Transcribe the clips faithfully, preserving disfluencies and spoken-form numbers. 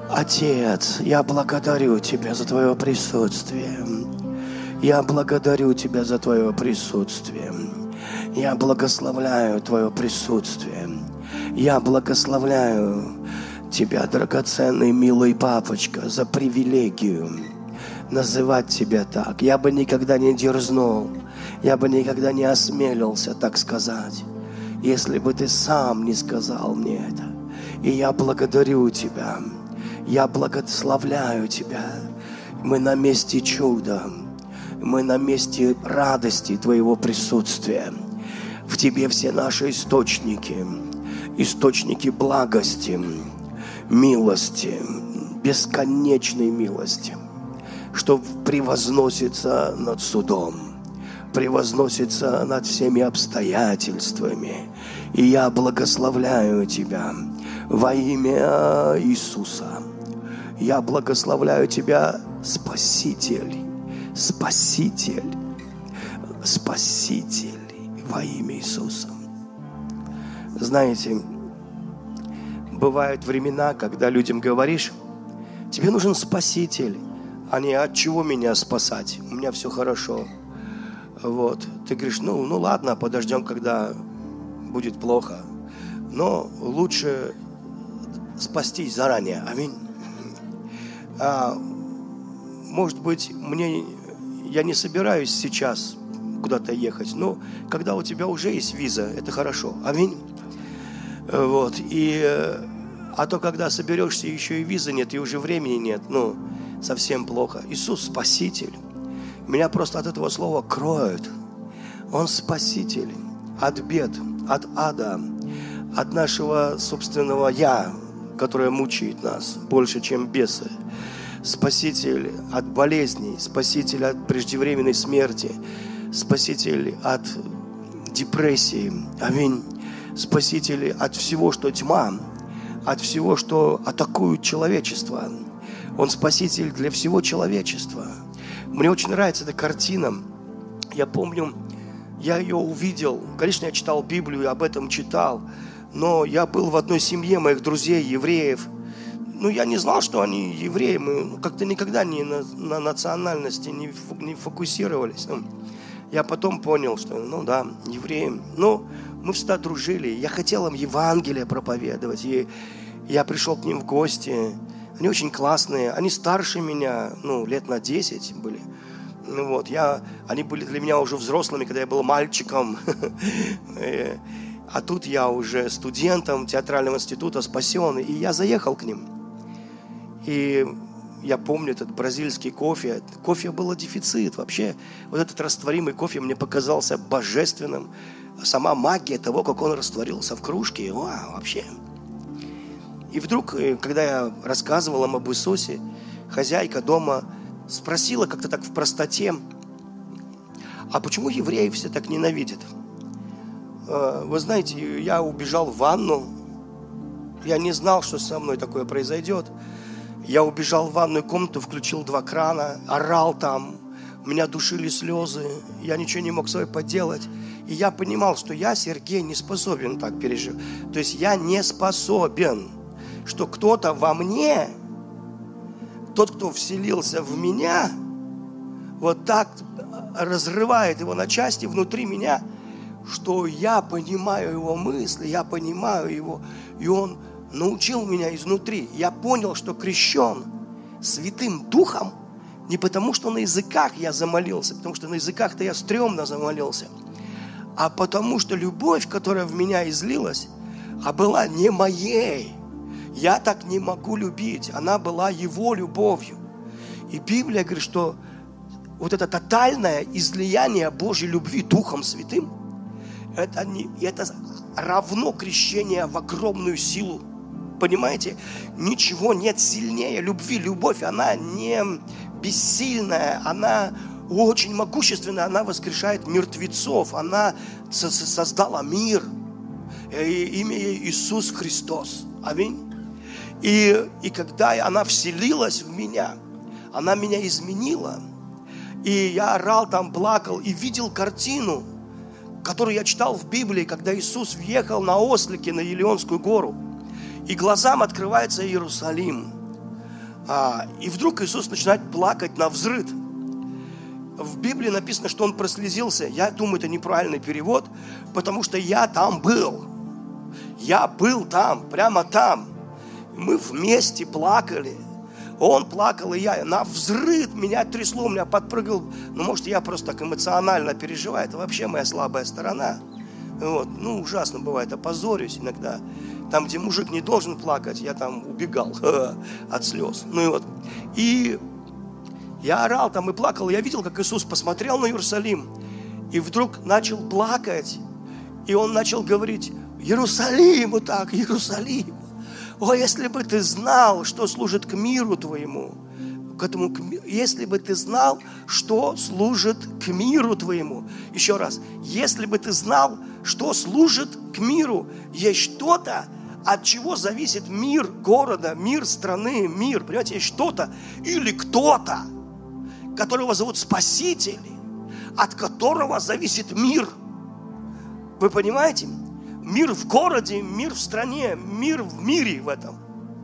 Отец, я благодарю Тебя за Твое присутствие. Я благодарю Тебя за Твое присутствие. Я благословляю Твое присутствие. Я благословляю Тебя, драгоценный, милый папочка, за привилегию называть Тебя так. Я бы никогда не дерзнул, я бы никогда не осмелился так сказать, если бы Ты сам не сказал мне это. И я благодарю Тебя, я благословляю Тебя. Мы на месте чуда, мы на месте радости Твоего присутствия. В Тебе все наши источники, источники благости, милости, бесконечной милости, что превозносится над судом, превозносится над всеми обстоятельствами. И я благословляю Тебя во имя Иисуса. Я благословляю Тебя, Спаситель, Спаситель, Спаситель во имя Иисуса. Знаете, бывают времена, когда людям говоришь: тебе нужен Спаситель, а не от чего меня спасать, у меня все хорошо. Вот. Ты говоришь: ну, ну ладно, подождем, когда будет плохо. Но лучше спастись заранее. Аминь. А, может быть, мне, я не собираюсь сейчас куда-то ехать, но когда у тебя уже есть виза, это хорошо. Аминь. Вот. И, а то, когда соберешься, еще и визы нет, и уже времени нет, ну, совсем плохо. Иисус Спаситель. Меня просто от этого слова кроет. Он Спаситель от бед, от ада, от нашего собственного «я», которое мучает нас больше, чем бесы. Спаситель от болезней, Спаситель от преждевременной смерти, Спаситель от депрессии. Аминь. Спаситель от всего, что тьма, от всего, что атакует человечество. Он Спаситель для всего человечества. Мне очень нравится эта картина. Я помню, я ее увидел. Конечно, я читал Библию и об этом читал. Но я был в одной семье моих друзей, евреев. Ну, я не знал, что они евреи. Мы как-то никогда не на, на национальности не, не фокусировались. Ну, я потом понял, что, ну да, евреи. Ну, мы всегда дружили. Я хотел им Евангелие проповедовать. И я пришел к ним в гости. Они очень классные. Они старше меня, ну, лет на десять были. Ну, вот, я, они были для меня уже взрослыми, когда я был мальчиком. А тут я уже студентом театрального института, спасенный. И я заехал к ним. И я помню этот бразильский кофе. Кофе было дефицит вообще. Вот этот растворимый кофе мне показался божественным. Сама магия того, как он растворился в кружке. Вау, вообще. И вдруг, когда я рассказывал им об Иисусе, хозяйка дома спросила как-то так в простоте: а почему евреи все так ненавидят? Вы знаете, я убежал в ванну. Я не знал, что со мной такое произойдет. Я убежал в ванную комнату, включил два крана, орал там. Меня душили слезы. Я ничего не мог с собой поделать. И я понимал, что я, Сергей, не способен так пережить. То есть я не способен, что кто-то во мне, тот, кто вселился в меня, вот так разрывает его на части внутри меня, что я понимаю его мысли, я понимаю его, и он научил меня изнутри. Я понял, что крещен Святым Духом не потому, что на языках я замолился, потому что на языках-то я стрёмно замолился, а потому что любовь, которая в меня излилась, а была не моей. Я так не могу любить, она была его любовью. И Библия говорит, что вот это тотальное излияние Божьей любви Духом Святым, Это, не, это равно крещение в огромную силу. Понимаете? Ничего нет сильнее любви. Любовь, она не бессильная, она очень могущественная. Она воскрешает мертвецов. Она создала мир. И имя ей Иисус Христос. Аминь. И, и когда она вселилась в меня, она меня изменила. И я орал там, плакал и видел картину, которую я читал в Библии, когда Иисус въехал на ослике на Елеонскую гору, и глазам открывается Иерусалим. А, и вдруг Иисус начинает плакать навзрыд. В Библии написано, что Он прослезился. Я думаю, это неправильный перевод, потому что я там был. Я был там, прямо там. Мы вместе плакали. Он плакал, и я. На взрыв меня трясло, меня подпрыгал. Ну, может, я просто так эмоционально переживаю. Это вообще моя слабая сторона. Вот. Ну, ужасно бывает. Опозорюсь иногда. Там, где мужик не должен плакать, я там убегал от слез. Ну и вот. И я орал там и плакал. Я видел, как Иисус посмотрел на Иерусалим. И вдруг начал плакать. И Он начал говорить: Иерусалим, вот так, Иерусалим. О, если бы ты знал, что служит к миру твоему, к этому, к, если бы ты знал, что служит к миру твоему. Еще раз, если бы ты знал, что служит к миру, есть что-то, от чего зависит мир города, мир страны, мир, понимаете, есть что-то или кто-то, которого зовут Спаситель, от которого зависит мир. Вы понимаете? Мир в городе, мир в стране, мир в мире в этом.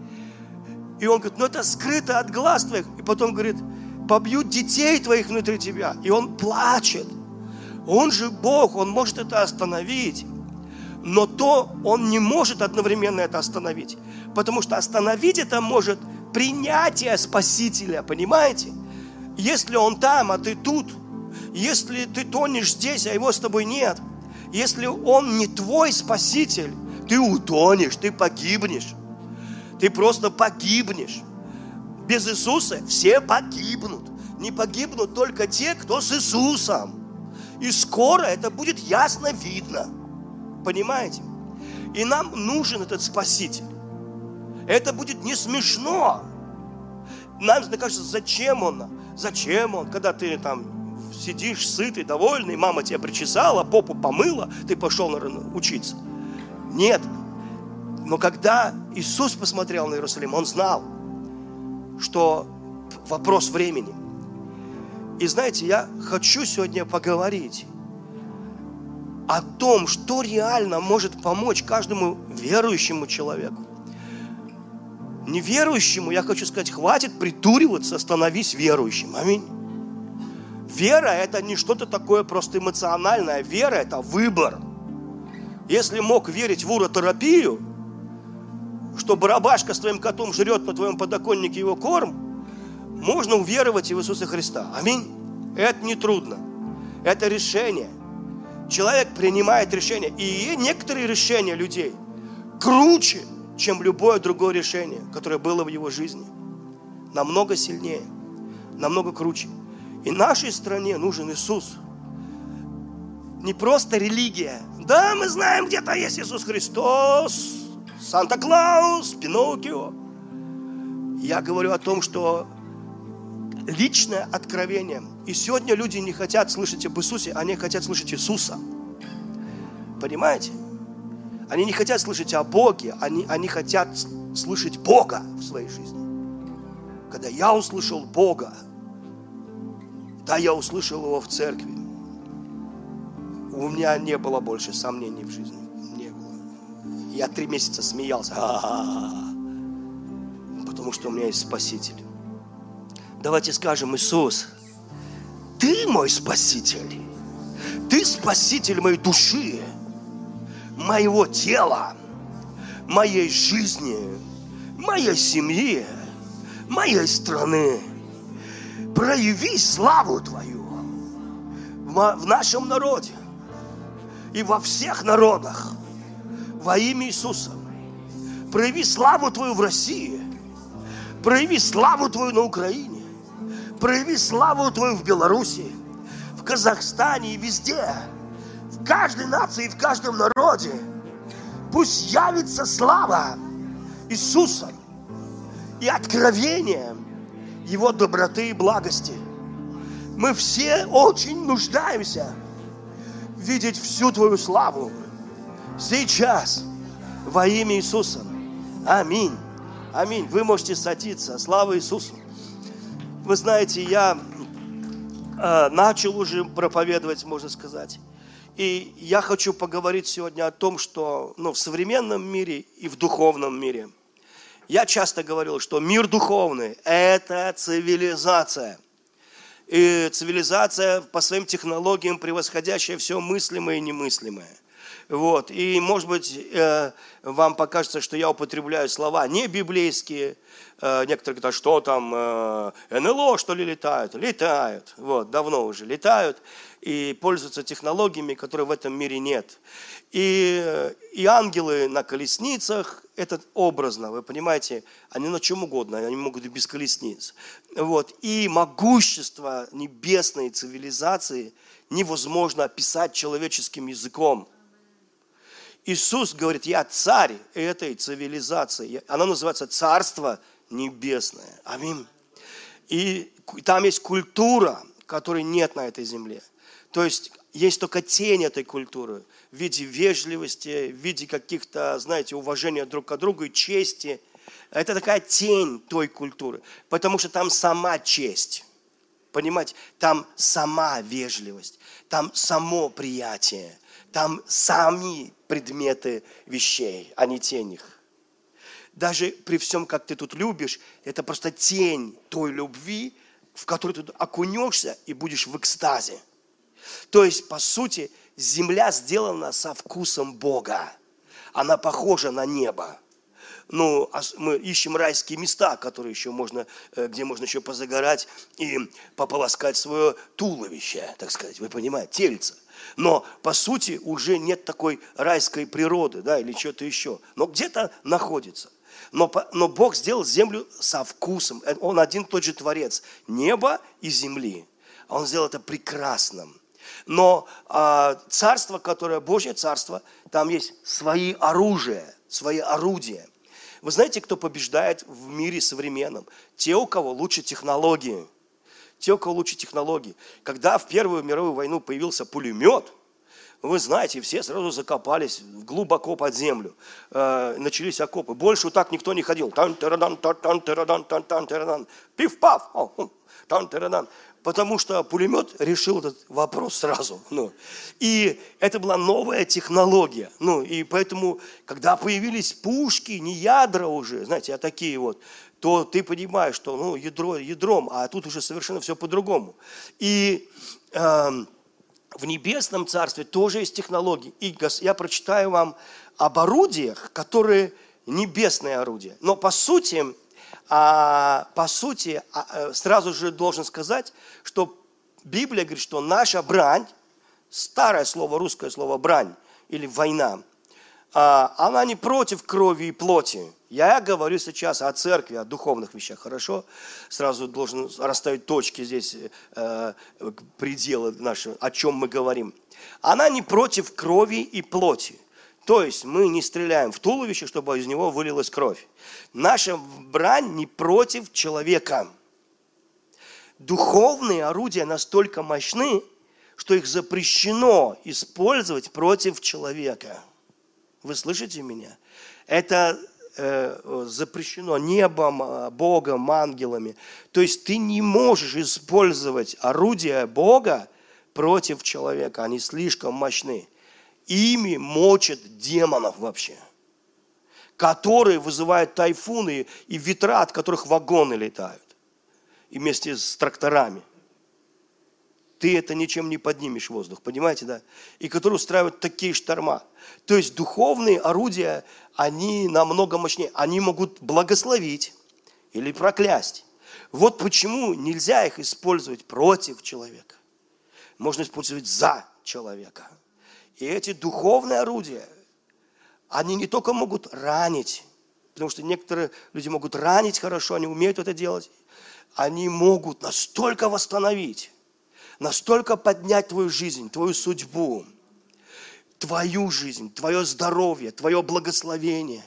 И Он говорит: ну это скрыто от глаз твоих. И потом говорит: побьют детей твоих внутри тебя. И Он плачет. Он же Бог, Он может это остановить. Но то Он не может одновременно это остановить. Потому что остановить это может принятие Спасителя, понимаете? Если Он там, а ты тут. Если ты тонешь здесь, а Его с тобой нет. Если Он не твой Спаситель, ты утонешь, ты погибнешь. Ты просто погибнешь. Без Иисуса все погибнут. Не погибнут только те, кто с Иисусом. И скоро это будет ясно видно. Понимаете? И нам нужен этот Спаситель. Это будет не смешно. Нам кажется, зачем Он? Зачем Он? Когда ты там сидишь сытый, довольный, мама тебя причесала, попу помыла, ты пошел, наверное, учиться. Нет. Но когда Иисус посмотрел на Иерусалим, Он знал, что вопрос времени. И знаете, я хочу сегодня поговорить о том, что реально может помочь каждому верующему человеку. Неверующему, я хочу сказать, хватит притуриваться, становись верующим. Аминь. Вера – это не что-то такое просто эмоциональное. Вера – это выбор. Если мог верить в уротерапию, что барабашка с твоим котом жрет на твоем подоконнике его корм, можно уверовать и в Иисуса Христа. Аминь. Это не трудно. Это решение. Человек принимает решение. И некоторые решения людей круче, чем любое другое решение, которое было в его жизни. Намного сильнее, намного круче. И нашей стране нужен Иисус. Не просто религия. Да, мы знаем, где-то есть Иисус Христос, Санта-Клаус, Пиноккио. Я говорю о том, что личное откровение. И сегодня люди не хотят слышать об Иисусе, они хотят слышать Иисуса. Понимаете? Они не хотят слышать о Боге, они, они хотят слышать Бога в своей жизни. Когда я услышал Бога, да, я услышал Его в церкви, у меня не было больше сомнений в жизни. Не было. Я три месяца смеялся. А-а-а. Потому что у меня есть Спаситель. Давайте скажем: Иисус, Ты мой Спаситель. Ты Спаситель моей души, моего тела, моей жизни, моей семьи, моей страны. Прояви славу Твою в нашем народе и во всех народах во имя Иисуса. Прояви славу Твою в России. Прояви славу Твою на Украине. Прояви славу Твою в Беларуси, в Казахстане и везде. В каждой нации, в каждом народе. Пусть явится слава Иисуса и откровение Его доброты и благости. Мы все очень нуждаемся видеть всю Твою славу сейчас во имя Иисуса. Аминь. Аминь. Вы можете садиться. Слава Иисусу. Вы знаете, я э, начал уже проповедовать, можно сказать. И я хочу поговорить сегодня о том, что ну, в современном мире и в духовном мире я часто говорил, что мир духовный – это цивилизация. И цивилизация по своим технологиям, превосходящая все мыслимое и немыслимое. Вот. И, может быть, э, вам покажется, что я употребляю слова не библейские. Э, некоторые говорят, а что там, э, эн эл о, что ли, летают? Летают. Вот, давно уже летают и пользуются технологиями, которые в этом мире нет. И, и ангелы на колесницах, это образно, вы понимаете, они на чем угодно, они могут и без колесниц. Вот. И могущество небесной цивилизации невозможно описать человеческим языком. Иисус говорит, я царь этой цивилизации. Она называется Царство Небесное. Аминь. И там есть культура, которой нет на этой земле. То есть есть только тень этой культуры в виде вежливости, в виде каких-то, знаете, уважения друг к другу и чести. Это такая тень той культуры, потому что там сама честь. Понимаете, там сама вежливость, там само приятие, там сами предметы вещей, а не тень их. Даже при всем, как ты тут любишь, это просто тень той любви, в которую ты окунешься и будешь в экстазе. То есть, по сути, земля сделана со вкусом Бога. Она похожа на небо. Ну, мы ищем райские места, которые еще можно, где можно еще позагорать и пополоскать свое туловище, так сказать, вы понимаете, тельце. Но, по сути, уже нет такой райской природы, да, или что-то еще. Но где-то находится. Но, но Бог сделал землю со вкусом. Он один тот же Творец неба и земли. Он сделал это прекрасным. Но а, царство, которое Божье царство, там есть свои оружия, свои орудия. Вы знаете, кто побеждает в мире современном? Те, у кого лучше технологии. Те, у кого лучше технологии. Когда в Первую мировую войну появился пулемет, вы знаете, все сразу закопались глубоко под землю. Э, начались окопы. Больше вот так никто не ходил. Тан-тарадан, тан-тарадан, тан-тарадан. Пиф-паф. Тан-тарадан. Потому что пулемет решил этот вопрос сразу. Ну. И это была новая технология. Ну, и поэтому, когда появились пушки, не ядра уже, знаете, а такие вот, то ты понимаешь, что ну, ядро ядром, а тут уже совершенно все по-другому. И э, в небесном царстве тоже есть технологии. И я прочитаю вам об орудиях, которые небесные орудия. Но по сути... А, по сути, сразу же должен сказать, что Библия говорит, что наша брань, старое слово, русское слово брань или война, а, она не против крови и плоти. Я говорю сейчас о церкви, о духовных вещах, хорошо? Сразу должен расставить точки здесь, э, пределы наши, о чем мы говорим. Она не против крови и плоти. То есть мы не стреляем в туловище, чтобы из него вылилась кровь. Наша брань не против человека. Духовные орудия настолько мощны, что их запрещено использовать против человека. Вы слышите меня? Это э, запрещено небом, Богом, ангелами. То есть ты не можешь использовать орудия Бога против человека. Они слишком мощны. Ими мочат демонов вообще, которые вызывают тайфуны и ветра, от которых вагоны летают. И вместе с тракторами. Ты это ничем не поднимешь в воздух, понимаете, да? И которые устраивают такие шторма. То есть духовные орудия, они намного мощнее. Они могут благословить или проклясть. Вот почему нельзя их использовать против человека. Можно использовать за человека. И эти духовные орудия, они не только могут ранить, потому что некоторые люди могут ранить хорошо, они умеют это делать, они могут настолько восстановить, настолько поднять твою жизнь, твою судьбу, твою жизнь, твое здоровье, твое благословение.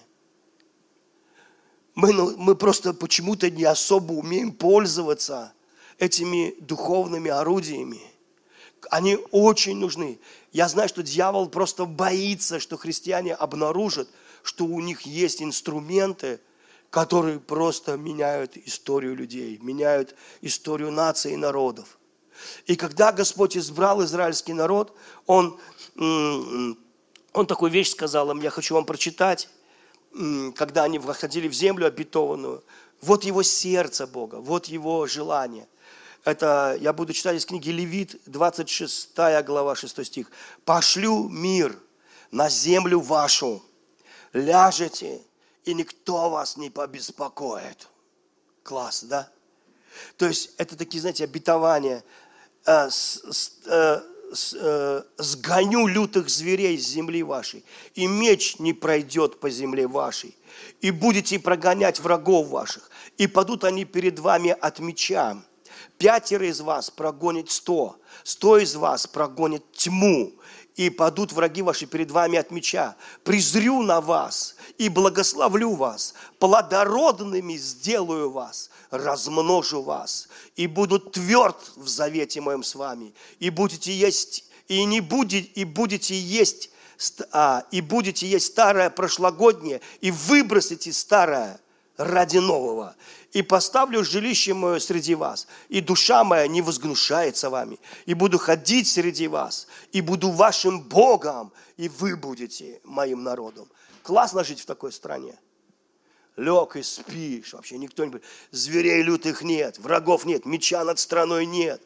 Мы, ну, мы просто почему-то не особо умеем пользоваться этими духовными орудиями. Они очень нужны. Я знаю, что дьявол просто боится, что христиане обнаружат, что у них есть инструменты, которые просто меняют историю людей, меняют историю наций и народов. И когда Господь избрал израильский народ, Он, он такую вещь сказал им, я хочу вам прочитать. когда они входили в землю обетованную. Вот его сердце Бога, вот его желание. Это я буду читать из книги Левит, двадцать шестая глава, шестой стих. «Пошлю мир на землю вашу, ляжете, и никто вас не побеспокоит». Класс, да? То есть это такие, знаете, обетования. Э, с, с, э, с, э, «Сгоню лютых зверей с земли вашей, и меч не пройдет по земле вашей, и будете прогонять врагов ваших, и падут они перед вами от меча. Пятеро из вас прогонит сто, сто из вас прогонит тьму, и падут враги ваши перед вами от меча. Презрю на вас и благословлю вас, плодородными сделаю вас, размножу вас, и буду тверд в завете моем с вами, и будете есть, и не будете, и будете есть, а, и будете есть старое прошлогоднее, и выбросите старое ради нового. И поставлю жилище мое среди вас, и душа моя не возгнушается вами, и буду ходить среди вас, и буду вашим Богом, и вы будете моим народом». Классно жить в такой стране. Лег и спишь, вообще никто не... Зверей лютых нет, врагов нет, меча над страной нет.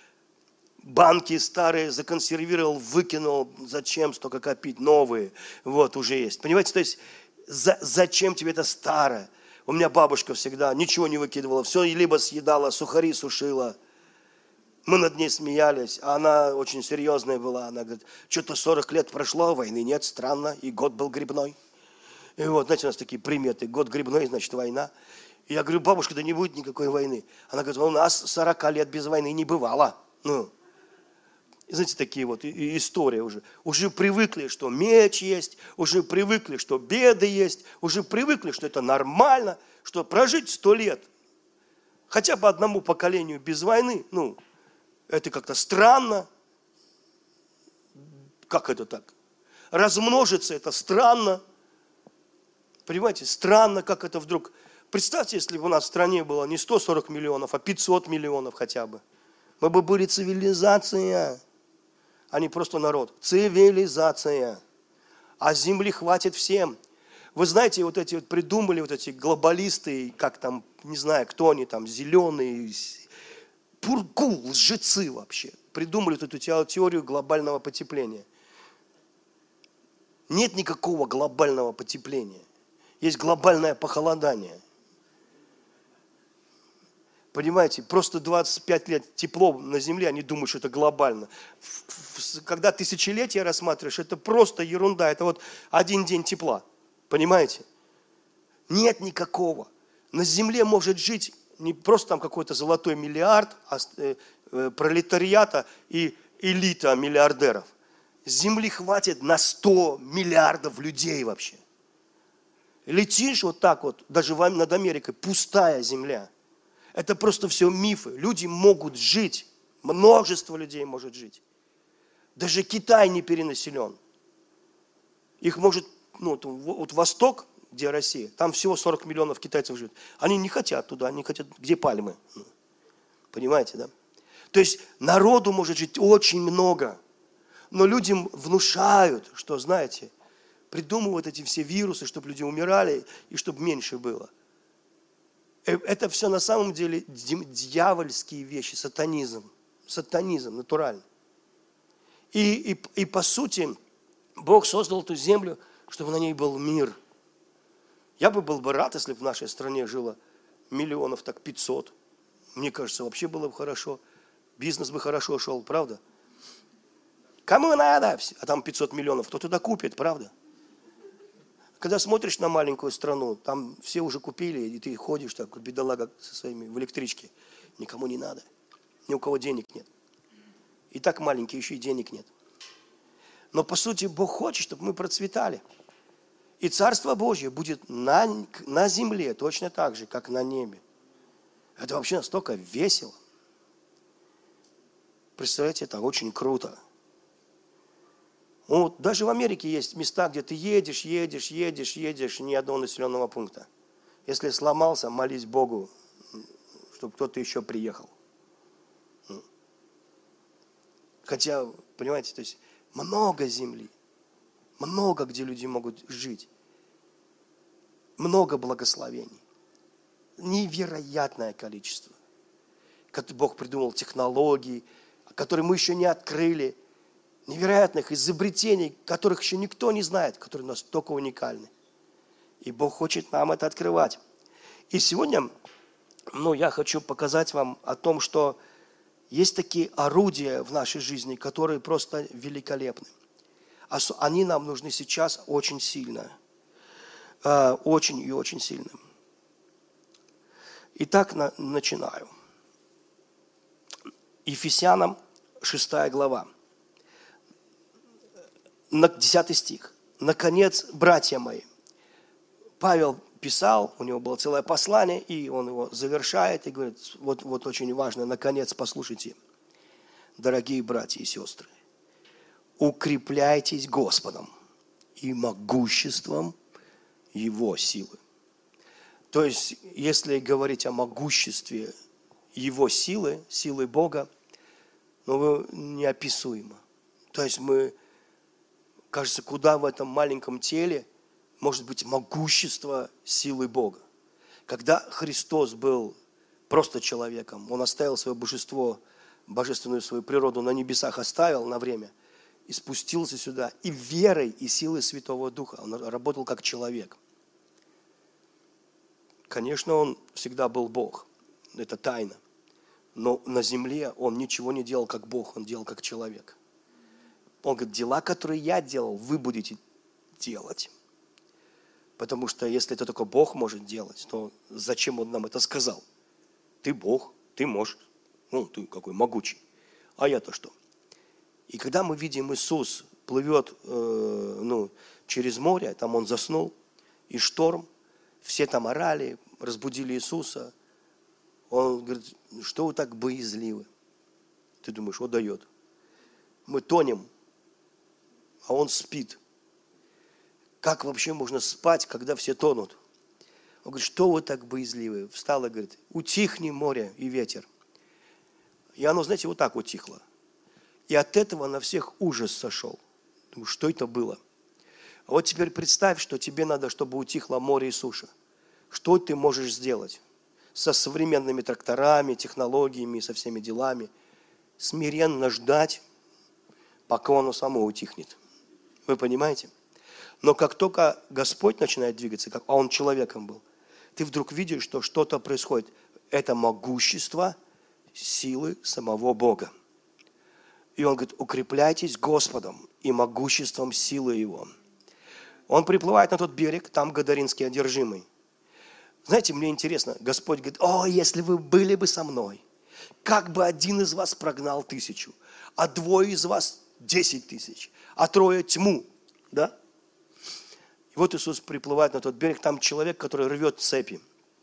Банки старые законсервировал, выкинул, зачем столько копить, новые, вот уже есть. Понимаете, то есть за, зачем тебе это старое? У меня бабушка всегда ничего не выкидывала, все либо съедала, сухари сушила. Мы над ней смеялись, а она очень серьезная была. Она говорит, что-то сорок лет прошло, войны нет, странно, и год был грибной. И вот, знаете, у нас такие приметы, год грибной, значит, война. И я говорю, бабушка, да не будет никакой войны. Она говорит, у нас сорок лет без войны не бывало. Ну, знаете, такие вот истории уже. Уже привыкли, что меч есть, уже привыкли, что беды есть, уже привыкли, что это нормально, что прожить сто лет, хотя бы одному поколению без войны, ну, это как-то странно. Как это так? Размножиться это странно. Понимаете, странно, как это вдруг. Представьте, если бы у нас в стране было не сто сорок миллионов, а пятьсот миллионов хотя бы. Мы бы были цивилизация, а не просто народ. Цивилизация. А земли хватит всем. Вы знаете, вот эти вот придумали, вот эти глобалисты, как там, не знаю, кто они там, зеленые, пургу, лжецы вообще, придумали вот эту теорию глобального потепления. Нет никакого глобального потепления. Есть глобальное похолодание. Понимаете, просто двадцать пять лет тепло на Земле, они думают, что это глобально. Когда тысячелетия рассматриваешь, это просто ерунда. Это вот один день тепла. Понимаете? Нет никакого. На Земле может жить не просто там какой-то золотой миллиард, а пролетариата и элита миллиардеров. Земли хватит на сто миллиардов людей вообще. Летишь вот так вот, даже над Америкой, пустая земля. Это просто все мифы. Люди могут жить, множество людей может жить. Даже Китай не перенаселен. Их может, ну, вот Восток, где Россия, там всего сорок миллионов китайцев живет. Они не хотят туда, они хотят, где пальмы. Понимаете, да? То есть народу может жить очень много. Но людям внушают, что, знаете, придумывают эти все вирусы, чтобы люди умирали и чтобы меньше было. Это все на самом деле дьявольские вещи, сатанизм. Сатанизм, натурально. И, и, и по сути, Бог создал эту землю, чтобы на ней был мир. Я бы был бы рад, если бы в нашей стране жило миллионов так пятьсот. Мне кажется, вообще было бы хорошо. Бизнес бы хорошо шел, правда? Кому надо? А там пятьсот миллионов, кто туда купит, правда? Когда смотришь на маленькую страну, там все уже купили, и ты ходишь так, бедолага со своими в электричке. Никому не надо. Ни у кого денег нет. И так маленький, еще и денег нет. Но по сути Бог хочет, чтобы мы процветали. И Царство Божье будет на, на земле точно так же, как на небе. Это вообще настолько весело. Представляете, это очень круто. Вот, даже в Америке есть места, где ты едешь, едешь, едешь, едешь, ни одного населенного пункта. Если сломался, молись Богу, чтобы кто-то еще приехал. Хотя, понимаете, то есть много земли, много где люди могут жить. много благословений. Невероятное количество. Как Бог придумал технологий, которые мы еще не открыли. Невероятных изобретений, которых еще никто не знает, которые настолько уникальны. И Бог хочет нам это открывать. И сегодня, ну, я хочу показать вам о том, что есть такие орудия в нашей жизни, которые просто великолепны. Они нам нужны сейчас очень сильно. Очень и очень сильно. Итак, на, начинаю. Ефесянам шестая глава. десятый стих. Наконец, братья мои. Павел писал, у него было целое послание, и он его завершает и говорит, вот, вот очень важно, наконец, послушайте, дорогие братья и сестры, укрепляйтесь Господом и могуществом Его силы. То есть, если говорить о могуществе Его силы, силы Бога, ну, неописуемо. То есть мы, кажется, куда в этом маленьком теле может быть могущество силы Бога. Когда Христос был просто человеком, Он оставил свое божество, божественную свою природу на небесах, оставил на время и спустился сюда. И верой, и силой Святого Духа Он работал как человек. Конечно, Он всегда был Бог. Это тайна. Но на земле Он ничего не делал как Бог, Он делал как человек. Он говорит, дела, которые я делал, вы будете делать. Потому что если это только Бог может делать, то зачем Он нам это сказал? Ты Бог, ты можешь. Ну, ты какой могучий. А я-то что? И когда мы видим, Иисус плывет э, ну, через море, там Он заснул, и шторм, все там орали, разбудили Иисуса. Он говорит, что вы так боязливы? Ты думаешь, вот дает. Мы тонем, а Он спит. Как вообще можно спать, когда все тонут? Он говорит, что вы так боязливы? Встал и говорит, утихни море и ветер. И оно, знаете, вот так утихло. И от этого на всех ужас сошел. Думаю, что это было? А вот теперь представь, что тебе надо, чтобы утихло море и суша. Что ты можешь сделать? Со современными тракторами, технологиями, со всеми делами. Смиренно ждать, пока оно само утихнет. Вы понимаете? Но как только Господь начинает двигаться, как, а Он человеком был, ты вдруг видишь, что что-то происходит. Это могущество силы самого Бога. И Он говорит, укрепляйтесь Господом и могуществом силы Его. Он приплывает на тот берег, там Гадаринский одержимый. Знаете, мне интересно, Господь говорит, о, если вы были бы со мной, как бы один из вас прогнал тысячу, а двое из вас десять тысяч, а трое тьму, да? И вот Иисус приплывает на тот берег, там человек, который рвет цепи.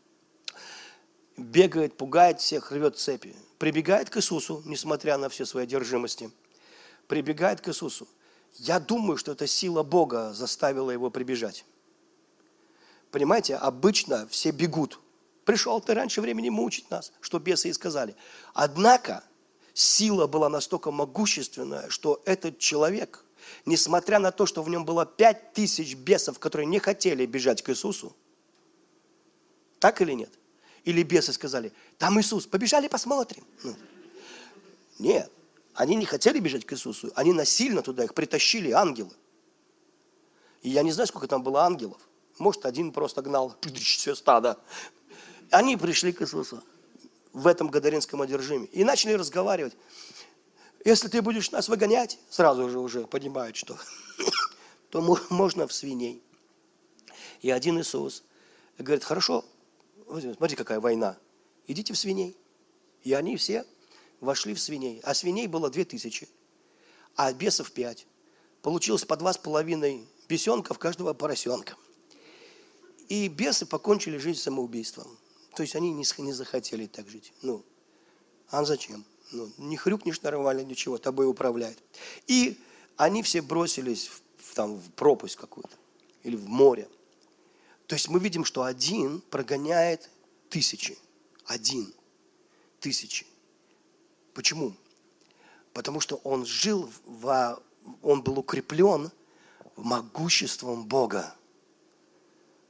Бегает, пугает всех, рвет цепи. Прибегает к Иисусу, несмотря на все свои одержимости. Прибегает к Иисусу. Я думаю, что это сила Бога заставила его прибежать. Понимаете, обычно все бегут. Пришел ты раньше времени мучить нас, что бесы и сказали. Однако сила была настолько могущественная, что этот человек, несмотря на то, что в нем было пять тысяч бесов, которые не хотели бежать к Иисусу, так или нет? Или бесы сказали, там Иисус, побежали посмотрим. Ну, нет, они не хотели бежать к Иисусу, они насильно туда их притащили ангелы. И я не знаю, сколько там было ангелов. Может, один просто гнал все стадо. Они пришли к Иисусу в этом гадаринском одержиме и начали разговаривать. Если ты будешь нас выгонять, сразу же уже понимают, что то можно в свиней. И один Иисус говорит, хорошо, смотри, какая война, идите в свиней. И они все вошли в свиней. А свиней было две тысячи, а бесов пять. Получилось по два с половиной бесенка в каждого поросенка. И бесы покончили жизнь самоубийством. То есть они не, не захотели так жить. Ну, а зачем? Ну, не хрюкнешь нормально, ничего, тобой управляет. И они все бросились в, в, там, в пропасть какую-то или в море. То есть мы видим, что один прогоняет тысячи. Один. Тысячи. Почему? Потому что он жил, в, он был укреплен могуществом Бога.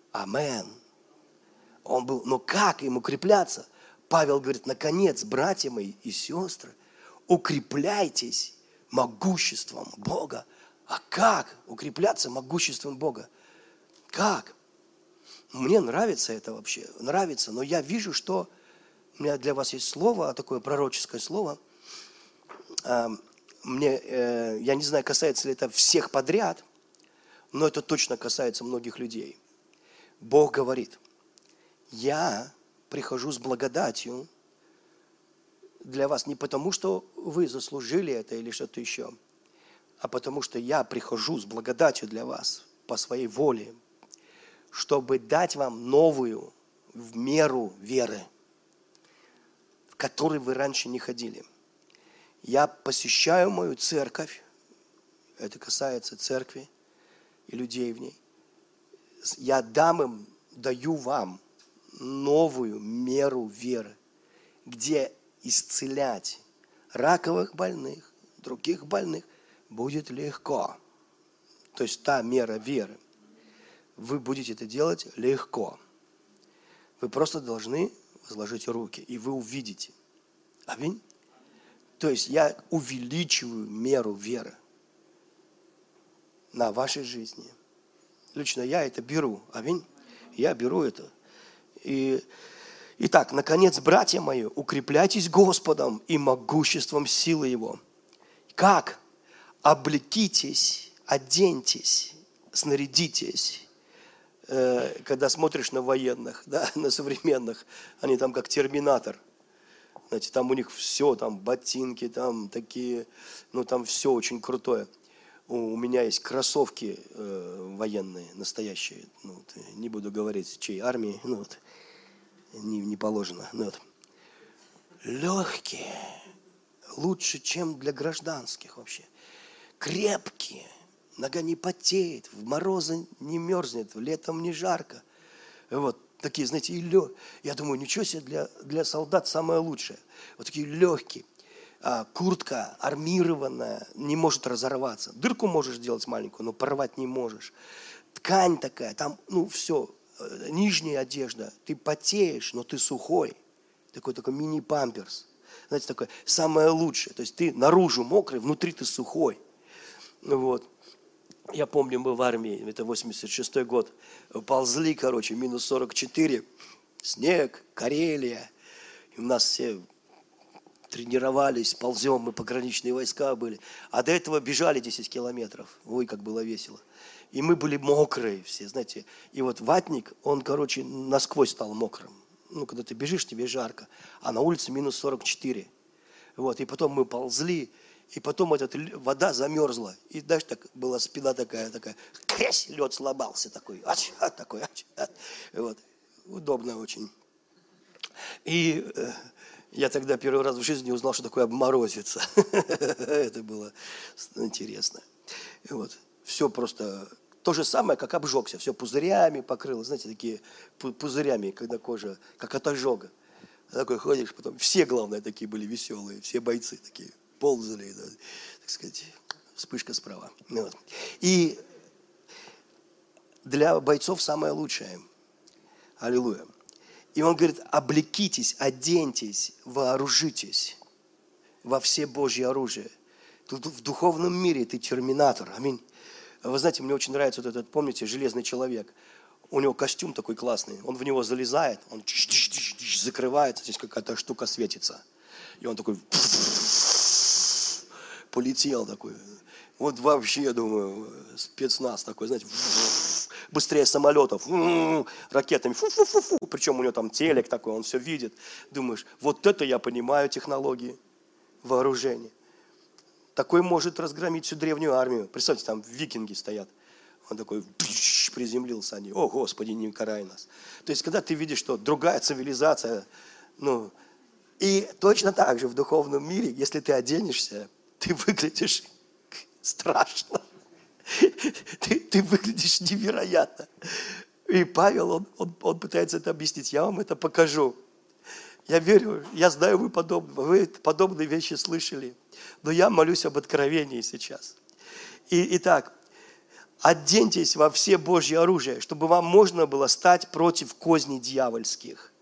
Амен. Он был, но как им укрепляться? Павел говорит, наконец, братья мои и сестры, укрепляйтесь могуществом Бога. А как укрепляться могуществом Бога? Как? Мне нравится это вообще, нравится, но я вижу, что у меня для вас есть слово, такое пророческое слово. Мне, я не знаю, касается ли это всех подряд, но это точно касается многих людей. Бог говорит, я прихожу с благодатью для вас не потому, что вы заслужили это или что-то еще, а потому что я прихожу с благодатью для вас по своей воле, чтобы дать вам новую в меру веры, в которой вы раньше не ходили. Я посещаю мою церковь, это касается церкви и людей в ней. Я дам им, даю вам новую меру веры, где исцелять раковых больных, других больных будет легко. То есть та мера веры. Вы будете это делать легко. Вы просто должны возложить руки, и вы увидите. Аминь. То есть я увеличиваю меру веры на вашей жизни. Лично я это беру. Аминь. Я беру это. И, итак, наконец, братья мои, укрепляйтесь Господом и могуществом силы Его. Как? Облекитесь, оденьтесь, снарядитесь. Когда смотришь на военных, да, на современных, они там как терминатор. Знаете, там у них все, там ботинки, там такие, ну там все очень крутое. У меня есть кроссовки э, военные, настоящие. Ну, вот, не буду говорить, чьей армии, ну вот, не, не положено. Ну, вот. Легкие, лучше, чем для гражданских вообще. Крепкие. Нога не потеет, в морозы не мерзнет, летом не жарко. Вот такие, знаете, и лё... я думаю, ничего себе, для, для солдат самое лучшее. Вот такие легкие. А, куртка армированная, не может разорваться. Дырку можешь делать маленькую, но порвать не можешь. Ткань такая, там, ну, все, нижняя одежда. Ты потеешь, но ты сухой. Такой, такой мини-памперс. Знаете, такое самое лучшее. То есть ты наружу мокрый, внутри ты сухой. Вот. Я помню, мы в армии, это восемьдесят шестой год, ползли, короче, минус сорок четыре, снег, Карелия. И у нас все тренировались, ползем, мы пограничные войска были. А до этого бежали десять километров. Ой, как было весело. И мы были мокрые все, знаете. И вот ватник, он, короче, насквозь стал мокрым. Ну, когда ты бежишь, тебе жарко. А на улице минус сорок четыре. Вот, и потом мы ползли. И потом эта вода замерзла. И дальше так была спина такая, такая, кресь, лед сломался такой, ач, а, такой, ач, а. Вот. Удобно очень. И э, я тогда первый раз в жизни узнал, что такое обморозиться. Это было интересно. И вот. Все просто то же самое, как обжегся. Все пузырями покрыло. Знаете, такие пузырями, когда кожа, как от ожога. Такой ходишь, потом все, главное, такие были веселые, все бойцы такие. Ползали, да, так сказать, вспышка справа. Вот. И для бойцов самое лучшее. Аллилуйя. И он говорит, облекитесь, оденьтесь, вооружитесь во все Божьи оружия. Тут в духовном мире ты терминатор. Аминь. Вы знаете, мне очень нравится вот этот, помните, железный человек. У него костюм такой классный. Он в него залезает, он закрывается, здесь какая-то штука светится. И он такой... полетел такой. Вот вообще, я думаю, спецназ такой, знаете, быстрее самолетов, ракетами, фу-фу-фу-фу. Причем у него там телек такой, он все видит. Думаешь, вот это я понимаю технологии вооружения. Такой может разгромить всю древнюю армию. Представьте, там викинги стоят. Он такой, приземлился они. О, Господи, не карай нас. То есть, когда ты видишь, что другая цивилизация, ну, и точно так же в духовном мире, если ты оденешься, ты выглядишь страшно. Ты, ты выглядишь невероятно. И Павел, он, он, он пытается это объяснить. Я вам это покажу. Я верю, я знаю, вы подобные, вы подобные вещи слышали. Но я молюсь об откровении сейчас. И, итак, оденьтесь во все Божье оружие, чтобы вам можно было стать против козней дьявольских.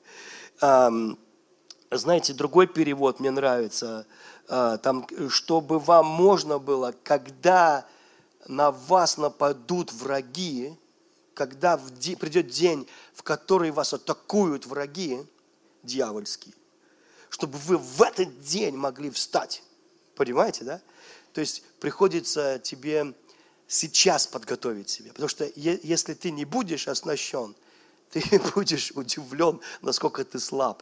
Знаете, другой перевод мне нравится. Там, чтобы вам можно было, когда на вас нападут враги, когда придет день, в который вас атакуют враги дьявольские, чтобы вы в этот день могли встать. Понимаете, да? То есть приходится тебе сейчас подготовить себя. Потому что если ты не будешь оснащен, ты будешь удивлен, насколько ты слаб.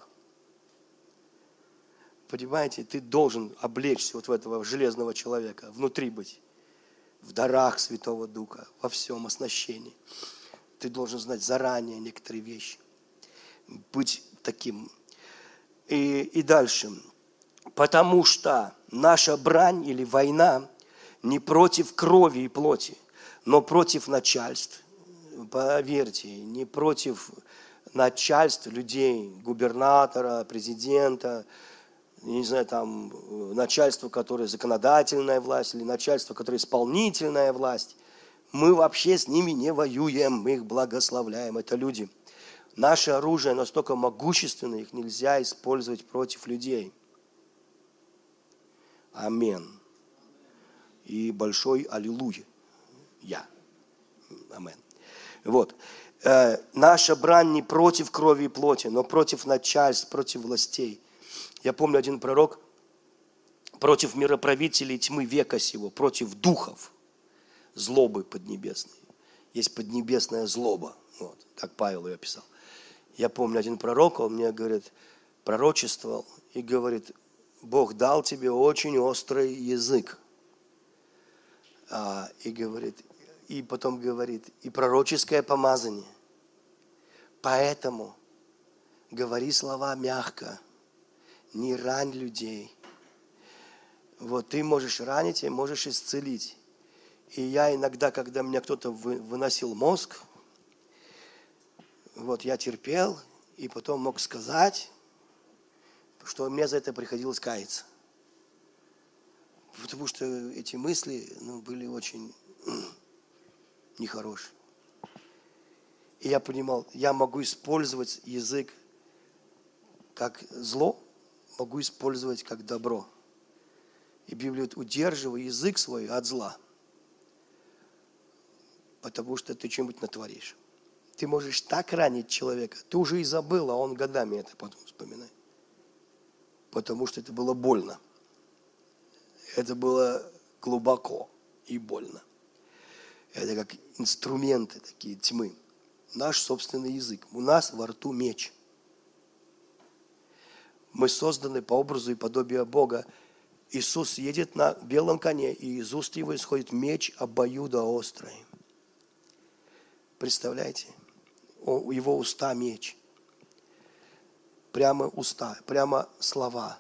Понимаете, ты должен облечься вот в этого железного человека, внутри быть, в дарах Святого Духа, во всем оснащении. Ты должен знать заранее некоторые вещи, быть таким. И, и дальше. Потому что наша брань или война не против крови и плоти, но против начальств. Поверьте, не против начальств людей, губернатора, президента, не знаю, там, начальство, которое законодательная власть, или начальство, которое исполнительная власть. Мы вообще с ними не воюем, мы их благословляем. Это люди. Наше оружие настолько могущественное, их нельзя использовать против людей. Амин. И большой аллилуйя. Я. Амин. Вот. Э, наша брань не против крови и плоти, но против начальств, против властей. Я помню, один пророк против мироправителей тьмы века сего, против духов злобы поднебесной. Есть поднебесная злоба. Вот, как Павел ее писал. Я помню, один пророк, он мне, говорит, пророчествовал и говорит, Бог дал тебе очень острый язык. А, и говорит, и потом говорит, и пророческое помазание. Поэтому говори слова мягко, не рань людей. Вот ты можешь ранить и можешь исцелить. И я иногда, когда меня кто-то выносил мозг, вот я терпел, и потом мог сказать, что мне за это приходилось каяться. Потому что эти мысли, ну, были очень нехорошие. И я понимал, я могу использовать язык как зло, могу использовать как добро. И Библия говорит, удерживай язык свой от зла, потому что ты что-нибудь натворишь. Ты можешь так ранить человека, ты уже и забыл, а он годами это потом вспоминает. Потому что это было больно. Это было глубоко и больно. Это как инструменты такие тьмы. Наш собственный язык. У нас во рту меч. Мы созданы по образу и подобию Бога. Иисус едет на белом коне, и из уст его исходит меч обоюдоострый. Представляете? У его уста меч. Прямо уста, прямо слова,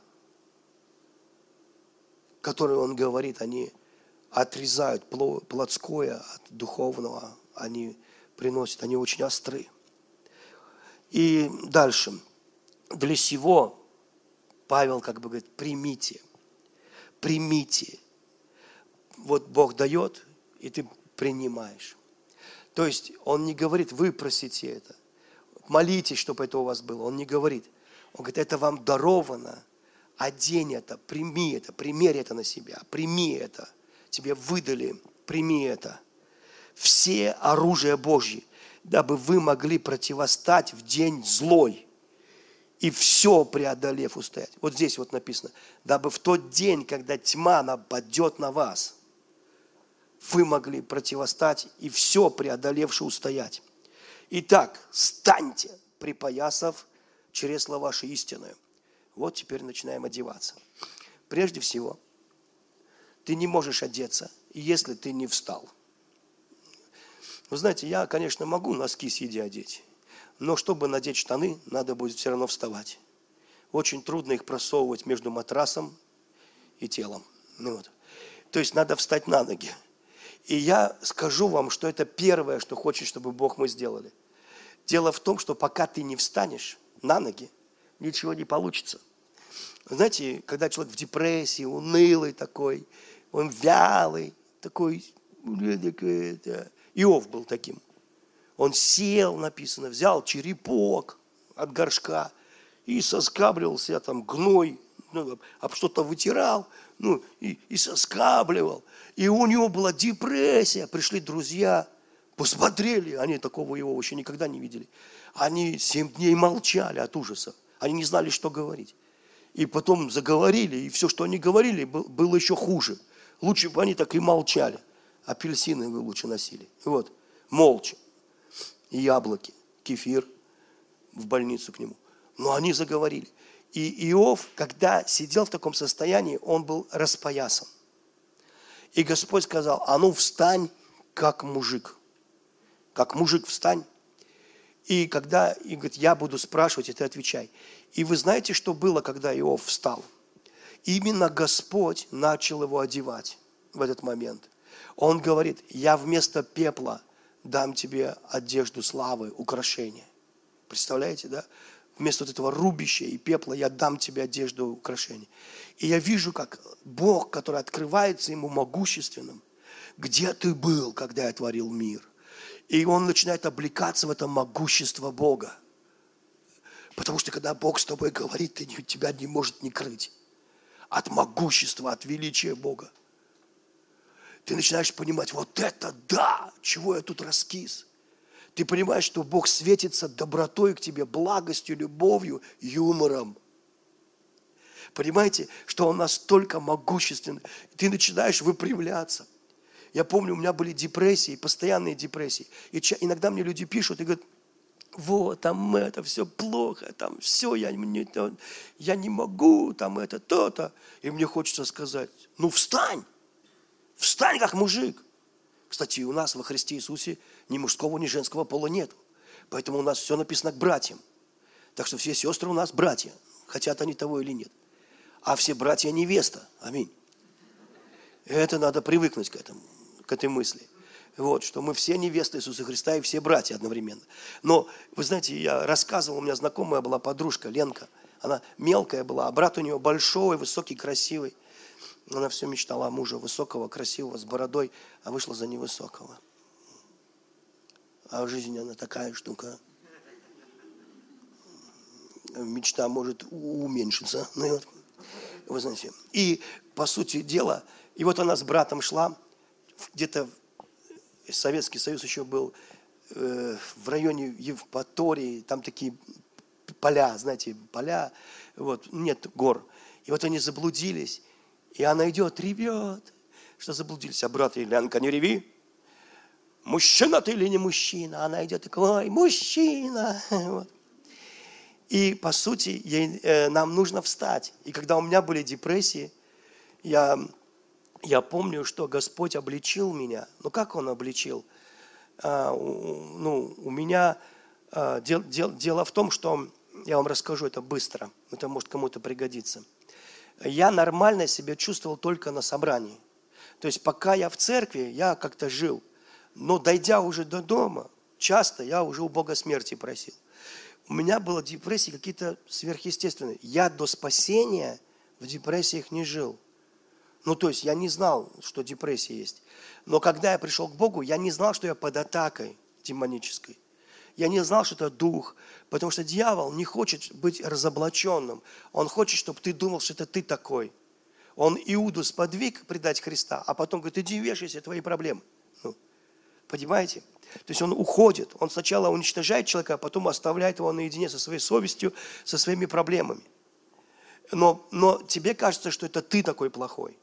которые он говорит, они отрезают плотское от духовного, они приносят, они очень остры. И дальше. Для сего Павел как бы говорит, примите, примите. Вот Бог дает, и ты принимаешь. То есть он не говорит, выпросите это, молитесь, чтобы это у вас было. Он не говорит. Он говорит, это вам даровано, одень это, прими это, примерь это на себя, прими это. Тебе выдали, прими это. Все оружие Божье, дабы вы могли противостать в день злой и все преодолев устоять. Вот здесь вот написано, дабы в тот день, когда тьма нападет на вас, вы могли противостать и все преодолевши устоять. Итак, станьте, припоясав чресло ваше истинное. Вот теперь начинаем одеваться. Прежде всего, ты не можешь одеться, если ты не встал. Вы знаете, я, конечно, могу носки сидя одеть, но чтобы надеть штаны, надо будет все равно вставать. Очень трудно их просовывать между матрасом и телом. Ну вот. То есть надо встать на ноги. И я скажу вам, что это первое, что хочет, чтобы Бог мы сделали. Дело в том, что пока ты не встанешь на ноги, ничего не получится. Знаете, когда человек в депрессии, унылый такой, он вялый, такой, Иов был таким. Он сел, написано, взял черепок от горшка и соскабливал себя там гной, ну, об что-то вытирал, ну, и, и соскабливал. И у него была депрессия. Пришли друзья, посмотрели, они такого его еще никогда не видели. Они семь дней молчали от ужаса. Они не знали, что говорить. И потом заговорили, и все, что они говорили, было еще хуже. Лучше бы они так и молчали. Апельсины вы лучше носили. Вот, молча. И яблоки, кефир в больницу к нему. Но они заговорили. И Иов, когда сидел в таком состоянии, он был распоясан. И Господь сказал: а ну встань, как мужик. Как мужик встань. И когда, и говорит, я буду спрашивать, и ты отвечай. И вы знаете, что было, когда Иов встал? Именно Господь начал его одевать в этот момент. Он говорит: я вместо пепла дам тебе одежду славы, украшения. Представляете, да? Вместо вот этого рубища и пепла я дам тебе одежду, украшения. И я вижу, как Бог, который открывается ему могущественным, где ты был, когда я творил мир? И он начинает облекаться в это могущество Бога. Потому что когда Бог с тобой говорит, ты, тебя не может не крыть. От могущества, от величия Бога. Ты начинаешь понимать, вот это да, чего я тут раскис. Ты понимаешь, что Бог светится добротой к тебе, благостью, любовью, юмором. Понимаете, что Он настолько могущественный. Ты начинаешь выпрямляться. Я помню, у меня были депрессии, постоянные депрессии. И иногда мне люди пишут и говорят: вот, там это, все плохо, там все, я не, я не могу, там это, то-то. И мне хочется сказать: ну встань, встань как мужик. Кстати, у нас во Христе Иисусе ни мужского, ни женского пола нет. Поэтому у нас все написано к братьям. Так что все сестры у нас братья, хотят они того или нет. А все братья невеста. Аминь. Это надо привыкнуть к этому, к этой мысли. Вот, что мы все невесты Иисуса Христа и все братья одновременно. Но, вы знаете, я рассказывал, у меня знакомая была подружка, Ленка. Она мелкая была, а брат у нее большой, высокий, красивый. Она все мечтала о муже высокого, красивого, с бородой, а вышла за невысокого. А в жизни она такая штука. Мечта может уменьшиться. Ну, вот, вы знаете. И, по сути дела, и вот она с братом шла, где-то Советский Союз еще был, э, в районе Евпатории, там такие поля, знаете, поля, вот, нет гор. И вот они заблудились, и она идет, ревет, что заблудились. А брат ей: Ленка, не реви, мужчина ты или не мужчина? Она идет такой: ой, мужчина. Вот. И, по сути, ей, э, нам нужно встать. И когда у меня были депрессии, я... Я помню, что Господь обличил меня. Ну, как Он обличил? А, у, ну, у меня а, дел, дел, дело в том, что, я вам расскажу это быстро, это может кому-то пригодиться. Я нормально себя чувствовал только на собрании. То есть, пока я в церкви, я как-то жил. Но дойдя уже до дома, часто я уже у Бога смерти просил. У меня была депрессия какие-то сверхъестественные. Я до спасения в депрессиях не жил. Ну, то есть я не знал, что депрессия есть. Но когда я пришел к Богу, я не знал, что я под атакой демонической. Я не знал, что это дух. Потому что дьявол не хочет быть разоблаченным. Он хочет, чтобы ты думал, что это ты такой. Он Иуду сподвиг предать Христа, а потом говорит: иди вешайся, твои проблемы. Ну, понимаете? То есть он уходит. Он сначала уничтожает человека, а потом оставляет его наедине со своей совестью, со своими проблемами. Но, но тебе кажется, что это ты такой плохой.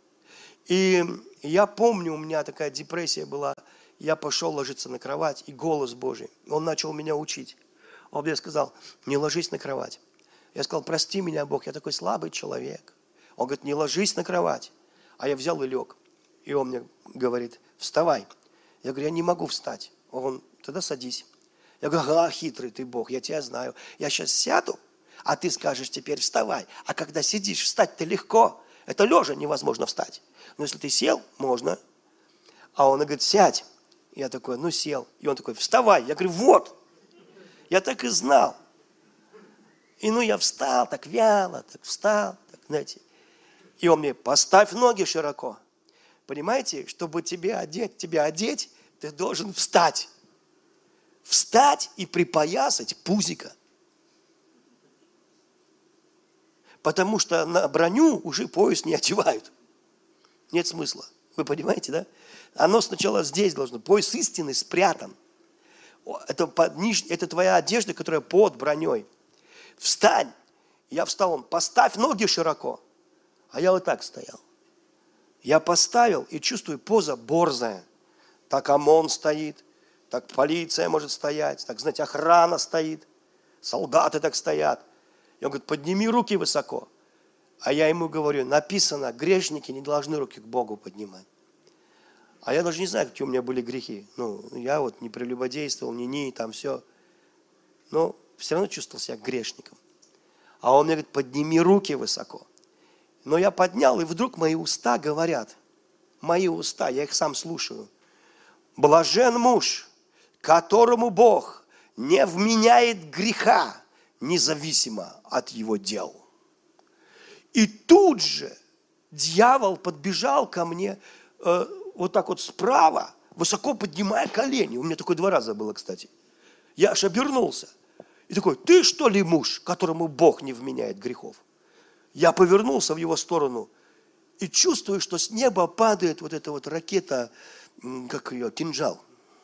И я помню, у меня такая депрессия была. Я пошел ложиться на кровать, и голос Божий, Он начал меня учить. Он мне сказал: не ложись на кровать. Я сказал: прости меня, Бог, я такой слабый человек. Он говорит: не ложись на кровать. А я взял и лег. И он мне говорит: вставай. Я говорю: я не могу встать. Он: тогда садись. Я говорю: ага, хитрый ты Бог, я тебя знаю. Я сейчас сяду, а ты скажешь: теперь вставай. А когда сидишь, встать-то легко. Это лежа невозможно встать. Но если ты сел, можно. А он говорит: сядь. Я такой: ну сел. И он такой: вставай. Я говорю: вот. Я так и знал. И ну я встал, так вяло, так встал, так, знаете. И он мне: поставь ноги широко. Понимаете, чтобы тебе одеть, тебя одеть, ты должен встать. Встать и припоясать пузико. Потому что на броню уже пояс не одевают. Нет смысла. Вы понимаете, да? Оно сначала здесь должно. Пояс истины спрятан. Это, под, ниж... это твоя одежда, которая под броней. Встань. Я встал, он, поставь ноги широко. А я вот так стоял. Я поставил и чувствую, поза борзая. Так ОМОН стоит, так полиция может стоять, так, знаете, охрана стоит, солдаты так стоят. И он говорит, подними руки высоко. А я ему говорю, написано, грешники не должны руки к Богу поднимать. А я даже не знаю, какие у меня были грехи. Ну, я вот не прелюбодействовал, не ни, там все. Но все равно чувствовал себя грешником. А он мне говорит, подними руки высоко. Но я поднял, и вдруг мои уста говорят, мои уста, я их сам слушаю. Блажен муж, которому Бог не вменяет греха, независимо от его дел. И тут же дьявол подбежал ко мне э, вот так вот справа, высоко поднимая колени. У меня такое два раза было, кстати. Я аж обернулся. И такой, ты что ли муж, которому Бог не вменяет грехов? Я повернулся в его сторону и чувствую, что с неба падает вот эта вот ракета, как ее, кинжал.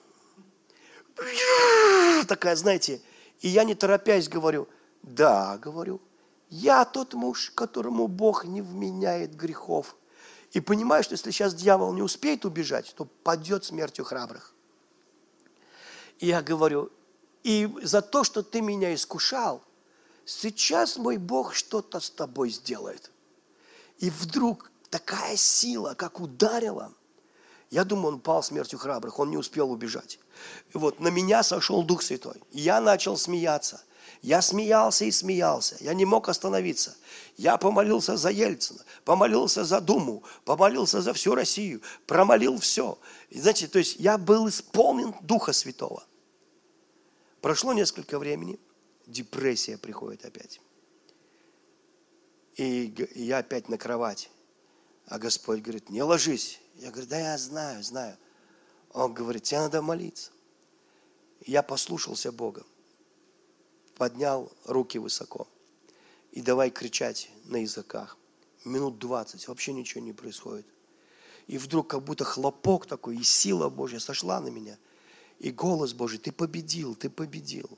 Такая, знаете, и я не торопясь говорю, да, говорю, я тот муж, которому Бог не вменяет грехов. И понимаю, что если сейчас дьявол не успеет убежать, то падет смертью храбрых. И я говорю, и за то, что ты меня искушал, сейчас мой Бог что-то с тобой сделает. И вдруг такая сила, как ударила, я думаю, он пал смертью храбрых, он не успел убежать. И вот на меня сошел Дух Святой. Я начал смеяться. Я смеялся и смеялся. Я не мог остановиться. Я помолился за Ельцина, помолился за Думу, помолился за всю Россию, промолил все. И, знаете, то есть я был исполнен Духа Святого. Прошло несколько времени, депрессия приходит опять. И я опять на кровать. А Господь говорит, не ложись. Я говорю, да я знаю, знаю. Он говорит, тебе надо молиться. Я послушался Бога. Поднял руки высоко. И давай кричать на языках. Минут двадцать, вообще ничего не происходит. И вдруг как будто хлопок такой, и сила Божья сошла на меня. И голос Божий, ты победил, ты победил.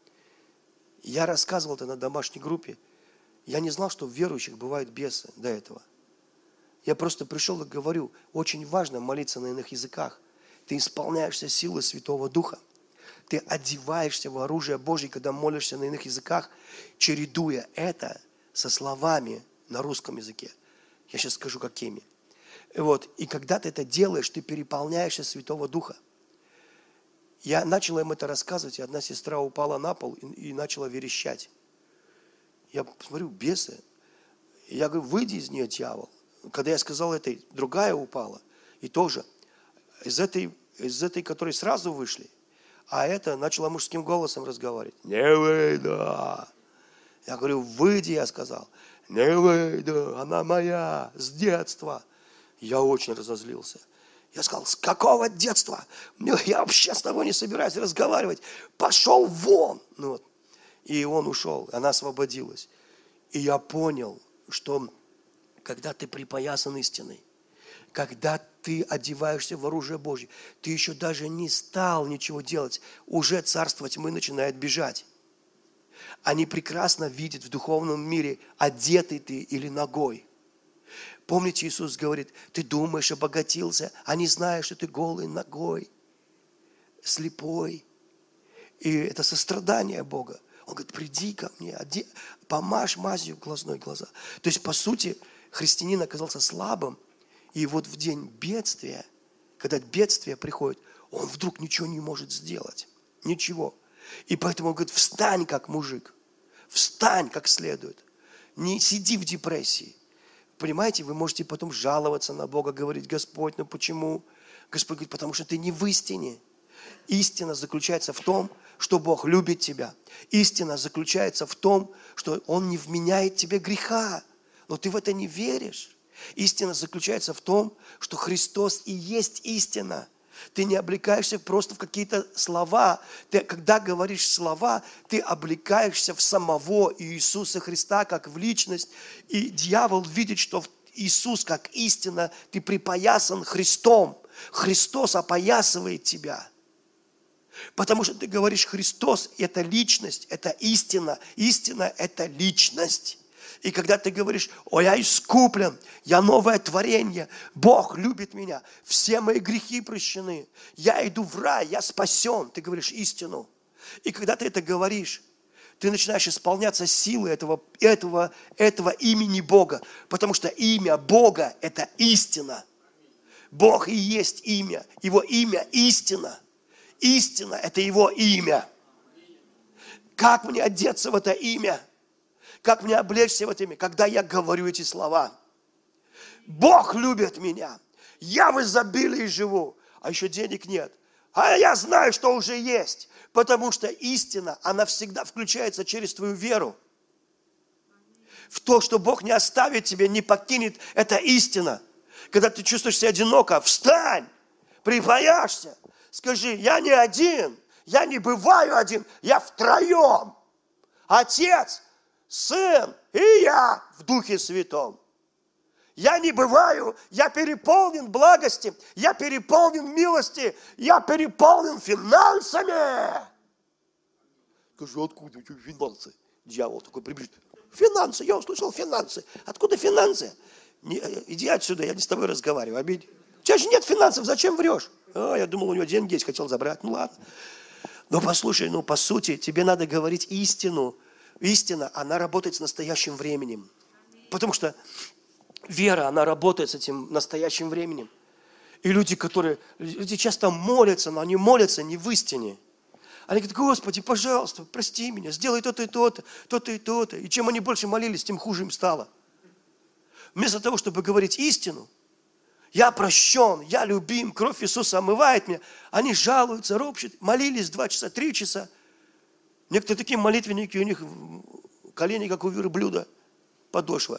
Я рассказывал это на домашней группе. Я не знал, что в верующих бывают бесы до этого. Я просто пришел и говорю, очень важно молиться на иных языках. Ты исполняешься силой Святого Духа. Ты одеваешься в оружие Божье, когда молишься на иных языках, чередуя это со словами на русском языке. Я сейчас скажу, какими. И, вот, и когда ты это делаешь, ты переполняешься Святого Духа. Я начал им это рассказывать, и одна сестра упала на пол и, и начала верещать. Я посмотрю, бесы. Я говорю, выйди из нее, дьявол. Когда я сказал этой, другая упала. И тоже из этой, из этой, которые сразу вышли, а эта начала мужским голосом разговаривать. Не выйду. Я говорю, выйди, я сказал. Не выйду, она моя, с детства. Я очень разозлился. Я сказал, с какого детства? Я вообще с тобой не собираюсь разговаривать. Пошел вон. Ну, вот. И он ушел, она освободилась. И я понял, что когда ты припоясан истиной, когда ты одеваешься в оружие Божье, ты еще даже не стал ничего делать, уже царство тьмы начинает бежать. Они прекрасно видят в духовном мире, одетый ты или нагой. Помните, Иисус говорит, ты думаешь, обогатился, а не знаешь, что ты голый, нагой, слепой. И это сострадание Бога. Он говорит, приди ко мне, оде... помажь мазью глазной глаза. То есть, по сути, христианин оказался слабым, и вот в день бедствия, когда бедствие приходит, он вдруг ничего не может сделать. Ничего. И поэтому он говорит, встань как мужик, встань как следует. Не сиди в депрессии. Понимаете, вы можете потом жаловаться на Бога, говорить, Господь, ну почему? Господь говорит, потому что ты не в истине. Истина заключается в том, что Бог любит тебя. Истина заключается в том, что Он не вменяет тебе греха. Но ты в это не веришь. Истина заключается в том, что Христос и есть истина. Ты не облекаешься просто в какие-то слова. Ты, когда говоришь слова, ты облекаешься в самого Иисуса Христа, как в личность. И дьявол видит, что Иисус, как истина, ты припоясан Христом. Христос опоясывает тебя. Потому что ты говоришь, Христос – это личность, это истина. Истина – это личность. И когда ты говоришь, о, я искуплен, я новое творение, Бог любит меня, все мои грехи прощены, я иду в рай, я спасен, ты говоришь истину. И когда ты это говоришь, ты начинаешь исполняться силой этого, этого, этого имени Бога, потому что имя Бога – это истина. Бог и есть имя, Его имя – истина. Истина – это Его имя. Как мне одеться в это имя? Как мне облечься в это имя, когда я говорю эти слова? Бог любит меня. Я в изобилии живу, а еще денег нет. А я знаю, что уже есть. Потому что истина, она всегда включается через твою веру. В то, что Бог не оставит тебя, не покинет, это истина. Когда ты чувствуешь себя одиноко, встань, припаяшься. Скажи, я не один, я не бываю один, я втроем. Отец, Сын и я в Духе Святом. Я не бываю, я переполнен благости, я переполнен милости, я переполнен финансами. Скажи, откуда эти финансы? Дьявол такой приближит. Финансы, я услышал финансы. Откуда финансы? Не, иди отсюда, я не с тобой разговариваю. Обидь. У тебя же нет финансов, зачем врешь? А, я думал, у него деньги есть, хотел забрать. Ну ладно. Но послушай, ну по сути, тебе надо говорить истину. Истина, она работает с настоящим временем. Потому что вера, она работает с этим настоящим временем. И люди, которые, люди часто молятся, но они молятся не в истине. Они говорят, Господи, пожалуйста, прости меня, сделай то-то и то-то, то-то и то-то. И чем они больше молились, тем хуже им стало. Вместо того, чтобы говорить истину, я прощен, я любим, кровь Иисуса омывает меня, они жалуются, ропщут, молились два часа, три часа. Некоторые такие молитвенники, у них колени, как у верблюда, подошва.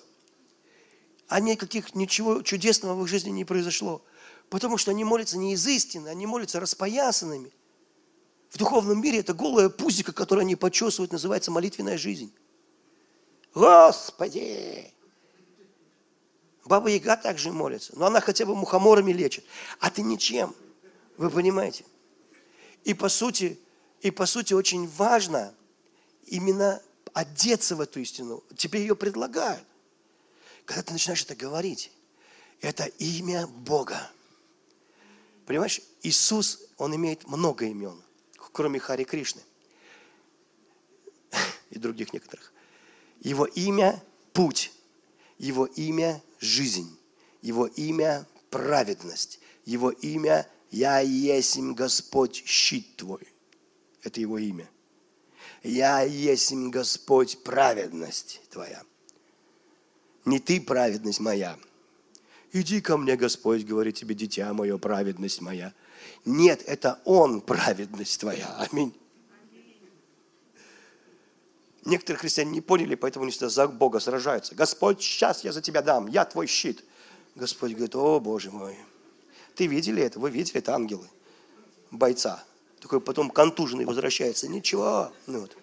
А никаких, ничего чудесного в их жизни не произошло. Потому что они молятся не из истины, они молятся распоясанными. В духовном мире это голая пузика, которую они почесывают, называется молитвенная жизнь. Господи! Баба Яга также молится, но она хотя бы мухоморами лечит. А ты ничем. Вы понимаете? И по сути, и по сути очень важно именно одеться в эту истину. Тебе ее предлагают. Когда ты начинаешь это говорить, это имя Бога. Понимаешь, Иисус, Он имеет много имен, кроме Хари Кришны и других некоторых. Его имя – путь, Его имя – жизнь, Его имя – праведность, Его имя – «Я есмь Господь, щит твой». Это Его имя. «Я есмь Господь, праведность твоя». Не ты праведность моя. Иди ко мне, Господь, говорит тебе, дитя мое, праведность моя. Нет, это Он праведность твоя. Аминь. Некоторые христиане не поняли, поэтому они всегда за Бога сражаются. Господь, сейчас я за тебя дам, я твой щит. Господь говорит, о, Боже мой. Ты видели это? Вы видели это, ангелы? Бойца. Такой потом контуженный возвращается. Ничего. Ну, вот.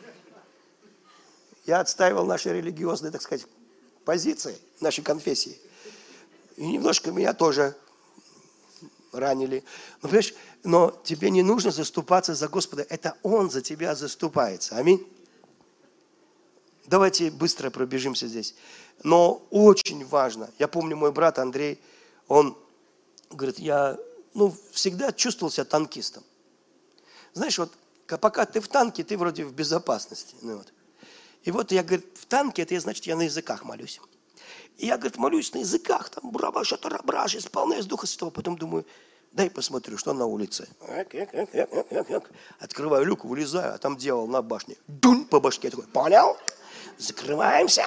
Я отстаивал наши религиозные, так сказать, позиции нашей конфессии. И немножко меня тоже ранили. Но, понимаешь, но тебе не нужно заступаться за Господа. Это Он за тебя заступается. Аминь. Давайте быстро пробежимся здесь. Но очень важно. Я помню, мой брат Андрей, он говорит, я ну, всегда чувствовал себя танкистом. Знаешь, вот пока ты в танке, ты вроде в безопасности. Ну, вот. И вот я, говорит, в танке, это значит, я на языках молюсь. И я, говорит, молюсь на языках, там, браба-шатара-браш, исполняюсь Духа Святого. Потом думаю, дай посмотрю, что на улице. Открываю люк, вылезаю, а там дьявол на башне. Дунь по башке. Я такой, понял? Закрываемся.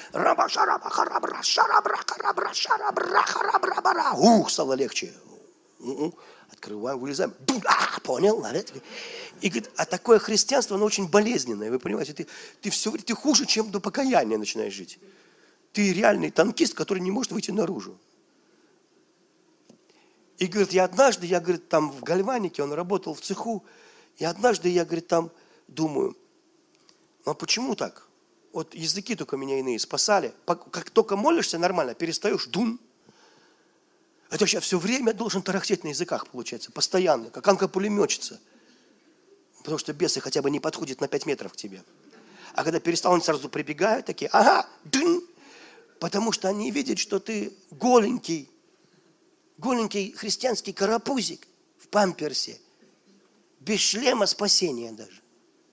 Ух, стало легче. Открываем, вылезаем. А, понял? И говорит, а такое христианство, оно очень болезненное. Вы понимаете, ты, ты, все, ты хуже, чем до покаяния начинаешь жить. Ты реальный танкист, который не может выйти наружу. И говорит, я однажды, я, говорит, там в Гальванике, он работал в цеху, и однажды я, говорит, там думаю, ну а почему так? Вот языки только меня иные спасали. Как только молишься нормально, перестаешь, дун. Это сейчас все время должен тарахтеть на языках, получается, постоянно, как анка-пулеметчица. Потому что бесы хотя бы не подходят на пять метров к тебе. А когда перестал, они сразу прибегают, такие, ага, дын. Потому что они видят, что ты голенький, голенький христианский карапузик в памперсе, без шлема спасения даже.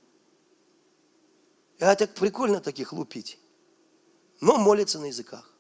И это так прикольно таких лупить. Но молятся на языках.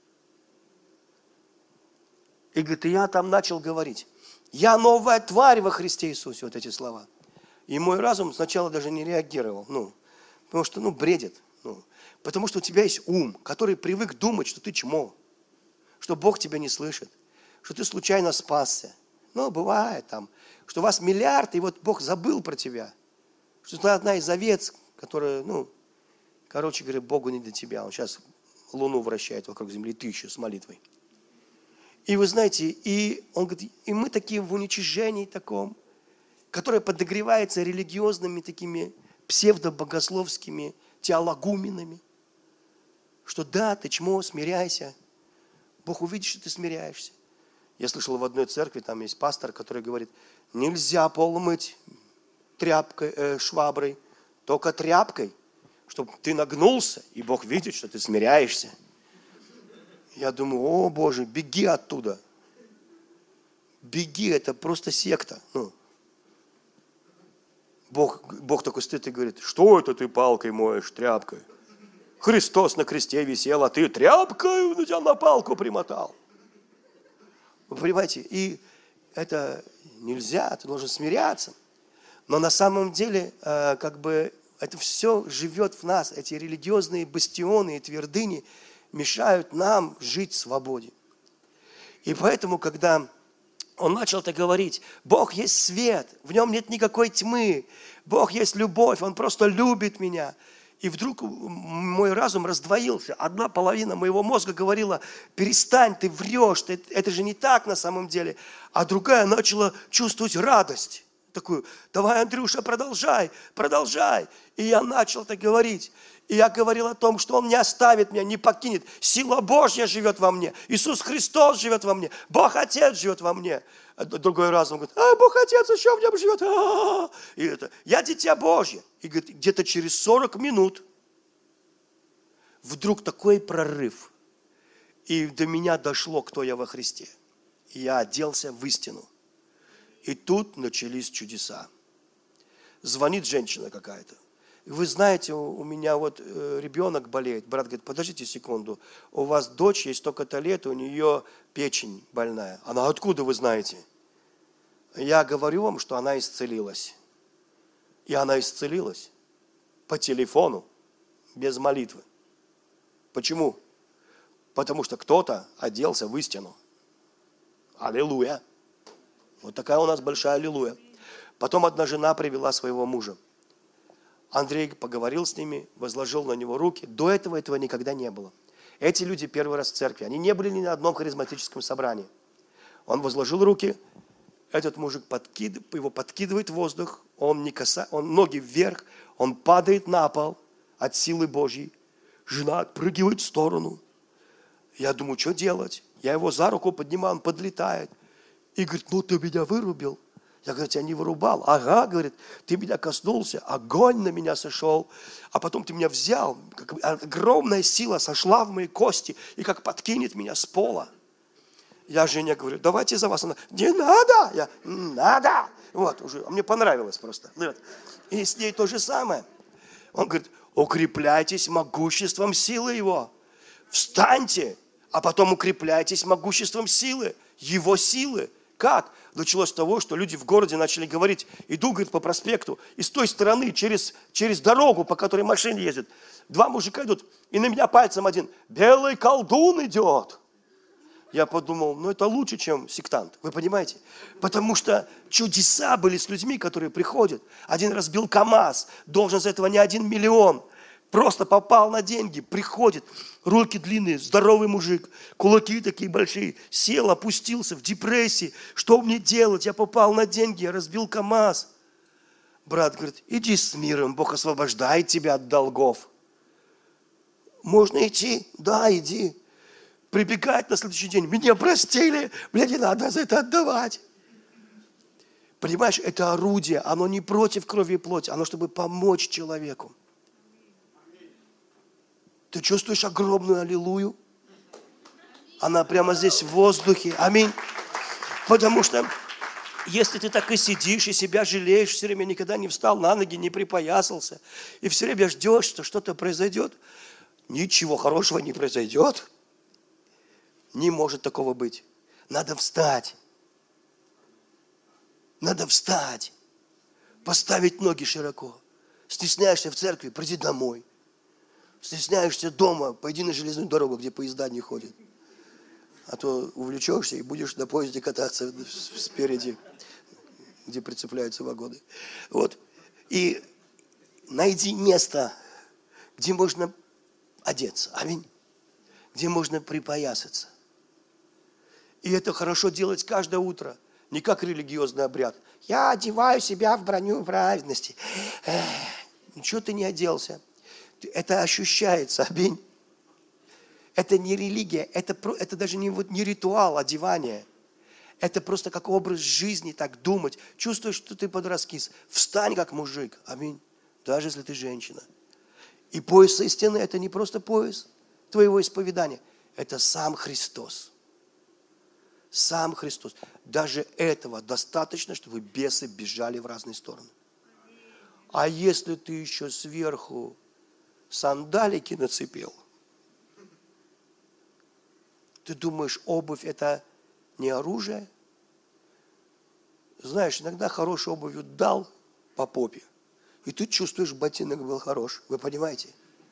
И говорит, я там начал говорить, я новая тварь во Христе Иисусе, вот эти слова. И мой разум сначала даже не реагировал, ну, потому что, ну, бредит. Ну, потому что у тебя есть ум, который привык думать, что ты чмо, что Бог тебя не слышит, что ты случайно спасся. Ну, бывает там, что у вас миллиард, и вот Бог забыл про тебя. Что ты одна из овец, которая, ну, короче говоря, Богу не до тебя. Он сейчас луну вращает вокруг земли, ты еще с молитвой. И вы знаете, и он говорит, и мы такие в уничижении таком, которое подогревается религиозными такими псевдобогословскими теологуменами, что да, ты чмо, смиряйся. Бог увидит, что ты смиряешься. Я слышал в одной церкви, там есть пастор, который говорит, нельзя пол мыть тряпкой, э, шваброй, только тряпкой, чтобы ты нагнулся, и Бог видит, что ты смиряешься. Я думаю, о Боже, беги оттуда. Беги, это просто секта. Ну. Бог, Бог такой стоит и говорит, что это ты палкой моешь, тряпкой? Христос на кресте висел, а ты тряпкой на тебя на палку примотал. Вы понимаете, и это нельзя, ты должен смиряться. Но на самом деле, э, как бы, это все живет в нас, эти религиозные бастионы и твердыни мешают нам жить в свободе. И поэтому, когда он начал это говорить, Бог есть свет, в нем нет никакой тьмы, Бог есть любовь, Он просто любит меня. И вдруг мой разум раздвоился. Одна половина моего мозга говорила, перестань, ты врешь, ты, это же не так на самом деле. А другая начала чувствовать радость. Такую, давай, Андрюша, продолжай, продолжай. И я начал это говорить. И я говорил о том, что Он не оставит меня, не покинет. Сила Божья живет во мне. Иисус Христос живет во мне. Бог Отец живет во мне. А другой разум говорит, а Бог Отец еще в нем живет. А-а-а. И это, я дитя Божье. И говорит, где-то через сорок минут вдруг такой прорыв. И до меня дошло, кто я во Христе. И я оделся в истину. И тут начались чудеса. Звонит женщина какая-то. Вы знаете, у меня вот ребенок болеет. Брат говорит, подождите секунду. У вас дочь есть столько-то лет, у нее печень больная. Она, откуда вы знаете? Я говорю вам, что она исцелилась. И она исцелилась по телефону, без молитвы. Почему? Потому что кто-то оделся в истину. Аллилуйя. Вот такая у нас большая аллилуйя. Потом одна жена привела своего мужа. Андрей поговорил с ними, возложил на него руки. До этого этого никогда не было. Эти люди первый раз в церкви. Они не были ни на одном харизматическом собрании. Он возложил руки. Этот мужик подкид... его подкидывает в воздух. Он, не каса... он ноги вверх. Он падает на пол от силы Божьей. Жена отпрыгивает в сторону. Я думаю, что делать? Я его за руку поднимаю, он подлетает. И говорит, ну ты меня вырубил. Я, говорю, тебя не вырубал. Ага, говорит, ты меня коснулся, огонь на меня сошел, а потом ты меня взял, как огромная сила сошла в мои кости и как подкинет меня с пола. Я жене говорю, давайте за вас. Она, не надо. Я, надо. Вот, уже, мне понравилось просто. И с ней то же самое. Он говорит, укрепляйтесь могуществом силы его. Встаньте, а потом укрепляйтесь могуществом силы, его силы. Как? Началось с того, что люди в городе начали говорить, иду, говорит, по проспекту, и с той стороны, через, через дорогу, по которой машины ездят, два мужика идут, и на меня пальцем один, белый колдун идет. Я подумал, ну это лучше, чем сектант, вы понимаете? Потому что чудеса были с людьми, которые приходят. Один разбил КАМАЗ, должен за этого не один миллион. Просто попал на деньги, приходит, руки длинные, здоровый мужик, кулаки такие большие, сел, опустился в депрессии. Что мне делать? Я попал на деньги, я разбил КамАЗ. Брат говорит, иди с миром, Бог освобождает тебя от долгов. Можно идти? Да, иди. Прибегает на следующий день, меня простили, мне не надо за это отдавать. Понимаешь, это орудие, оно не против крови и плоти, оно чтобы помочь человеку. Ты чувствуешь огромную аллилуйю? Она прямо здесь в воздухе. Аминь. Потому что если ты так и сидишь, и себя жалеешь, все время никогда не встал на ноги, не припоясался, и все время ждешь, что что-то произойдет, ничего хорошего не произойдет. Не может такого быть. Надо встать. Надо встать. Поставить ноги широко. Стесняешься в церкви, приди домой. Стесняешься дома, пойди на железную дорогу, где поезда не ходят. А то увлечешься и будешь на поезде кататься спереди, где прицепляются вагоны. Вот. И найди место, где можно одеться. Аминь. Где можно припоясаться. И это хорошо делать каждое утро. Не как религиозный обряд. Я одеваю себя в броню праведности. Эх, ничего ты не оделся. Это ощущается, аминь. Это не религия, это, это даже не, вот, не ритуал одевания. Это просто как образ жизни, так думать. Чувствуешь, что ты подраскис. Встань как мужик, аминь. Даже если ты женщина. И пояс со стены – это не просто пояс твоего исповедания. Это сам Христос. Сам Христос. Даже этого достаточно, чтобы бесы бежали в разные стороны. А если ты еще сверху сандалики нацепил, ты думаешь, обувь это не оружие? Знаешь, иногда хорошую обувь дал по попе, и ты чувствуешь, ботинок был хорош. Вы понимаете?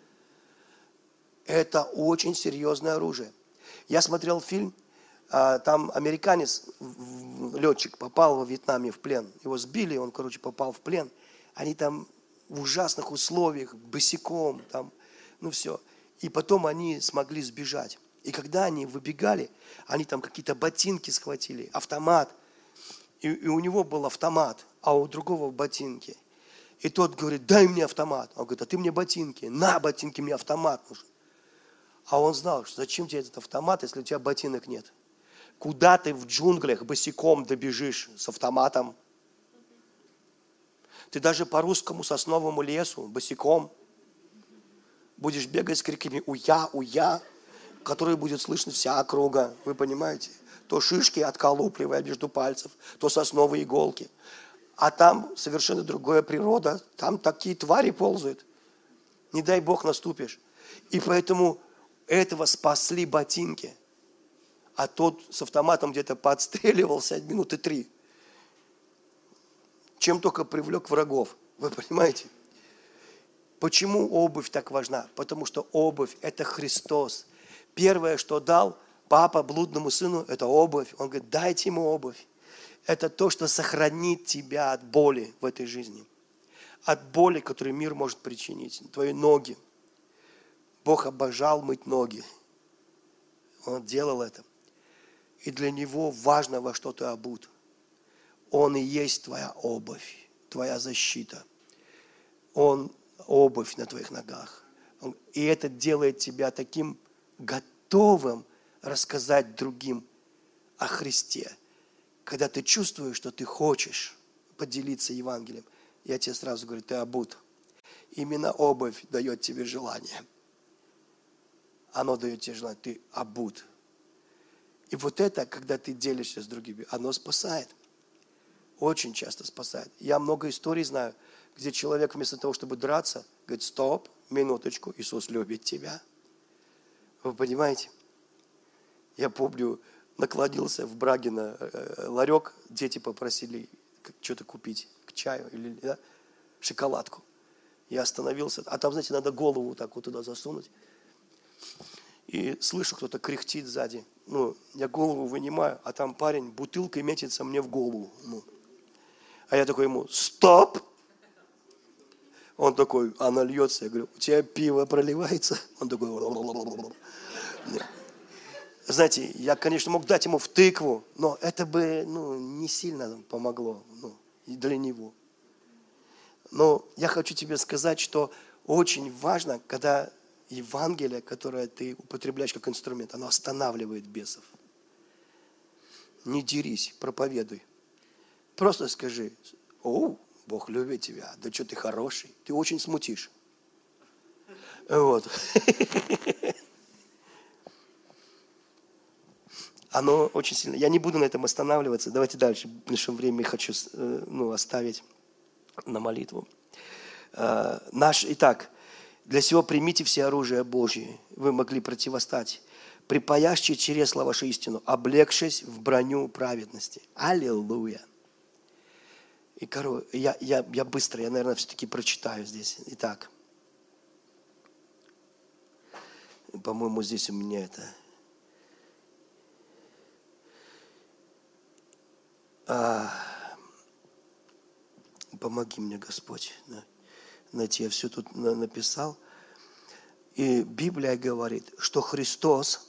Это очень серьезное оружие. Я смотрел фильм, там американец, летчик, попал во Вьетнаме в плен. Его сбили, он, короче, попал в плен. Они там в ужасных условиях, босиком, там, ну все. И потом они смогли сбежать. И когда они выбегали, они там какие-то ботинки схватили, автомат. И, и у него был автомат, а у другого ботинки. И тот говорит, дай мне автомат. Он говорит, а ты мне ботинки. На ботинки, мне автомат нужен. А он знал, что зачем тебе этот автомат, если у тебя ботинок нет. Куда ты в джунглях босиком добежишь с автоматом? Ты даже по русскому сосновому лесу босиком будешь бегать с криками «Уя! Уя!», которые будет слышно вся округа. Вы понимаете? То шишки отколупливая между пальцев, то сосновые иголки. А там совершенно другая природа. Там такие твари ползают. Не дай Бог наступишь. И поэтому этого спасли ботинки. А тот с автоматом где-то подстреливался минуты три. Чем только привлек врагов. Вы понимаете? Почему обувь так важна? Потому что обувь – это Христос. Первое, что дал папа блудному сыну, это обувь. Он говорит, дайте ему обувь. Это то, что сохранит тебя от боли в этой жизни. От боли, которую мир может причинить. Твои ноги. Бог обожал мыть ноги. Он делал это. И для Него важно, во что ты обут. Он и есть твоя обувь, твоя защита. Он обувь на твоих ногах. И это делает тебя таким готовым рассказать другим о Христе. Когда ты чувствуешь, что ты хочешь поделиться Евангелием, я тебе сразу говорю, ты обут. Именно обувь дает тебе желание. Оно дает тебе желание, ты обут. И вот это, когда ты делишься с другими, оно спасает. Очень часто спасает. Я много историй знаю, где человек вместо того, чтобы драться, говорит, стоп, минуточку, Иисус любит тебя. Вы понимаете? Я помню, наклонился в Брагино ларек, дети попросили что-то купить к чаю или да, шоколадку. Я остановился, а там, знаете, надо голову так вот туда засунуть. И слышу, кто-то кряхтит сзади. Ну, я голову вынимаю, а там парень бутылкой метится мне в голову. Ну. А я такой ему, стоп! Он такой, она льется. Я говорю, у тебя пиво проливается? Он такой... Знаете, я, конечно, мог дать ему в тыкву, но это бы ну, не сильно помогло ну, для него. Но я хочу тебе сказать, что очень важно, когда Евангелие, которое ты употребляешь как инструмент, оно останавливает бесов. Не дерись, проповедуй. Просто скажи, о, Бог любит тебя, да что ты хороший, ты очень смутишь. Вот. Оно очень сильно. Я не буду на этом останавливаться. Давайте дальше, потому что время хочу ну, оставить на молитву. Наш, итак, для сего примите все оружие Божие. Вы могли противостать. Припаяшьте чресла вашу истину, облегшись в броню праведности. Аллилуйя. И, короче, я, я, я быстро, я, наверное, все-таки прочитаю здесь. Итак. По-моему, здесь у меня это... А, помоги мне, Господь. Знаете, я все тут написал. И Библия говорит, что Христос,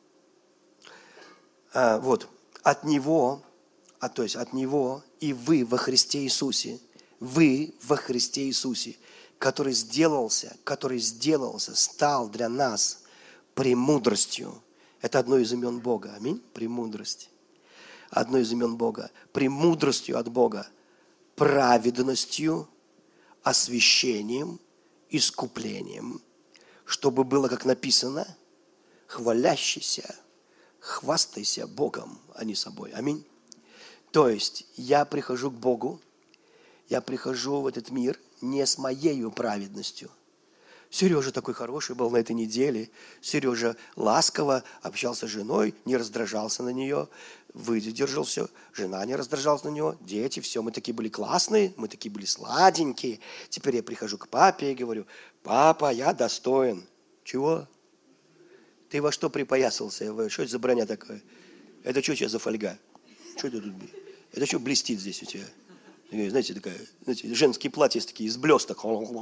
а, вот, от Него, а то есть от Него и вы во Христе Иисусе, вы во Христе Иисусе, который сделался, который сделался, стал для нас премудростью. Это одно из имен Бога. Аминь. Премудрость. Одно из имен Бога. Премудростью от Бога. Праведностью, освящением, искуплением. Чтобы было, как написано, хвалящийся, хвастайся Богом, а не собой. Аминь. То есть, я прихожу к Богу, я прихожу в этот мир не с моей праведностью. Сережа такой хороший был на этой неделе. Сережа ласково общался с женой, не раздражался на нее, выдержал все. Жена не раздражалась на него, дети, все. Мы такие были классные, мы такие были сладенькие. Теперь я прихожу к папе и говорю, папа, я достоин. Чего? Ты во что припоясался? Что это за броня такая? Это что у тебя за фольга? Что это тут? Это что блестит здесь у тебя? Знаете, такая, знаете, женские платья такие из блесток.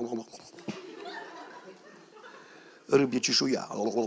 Рыбья чешуя.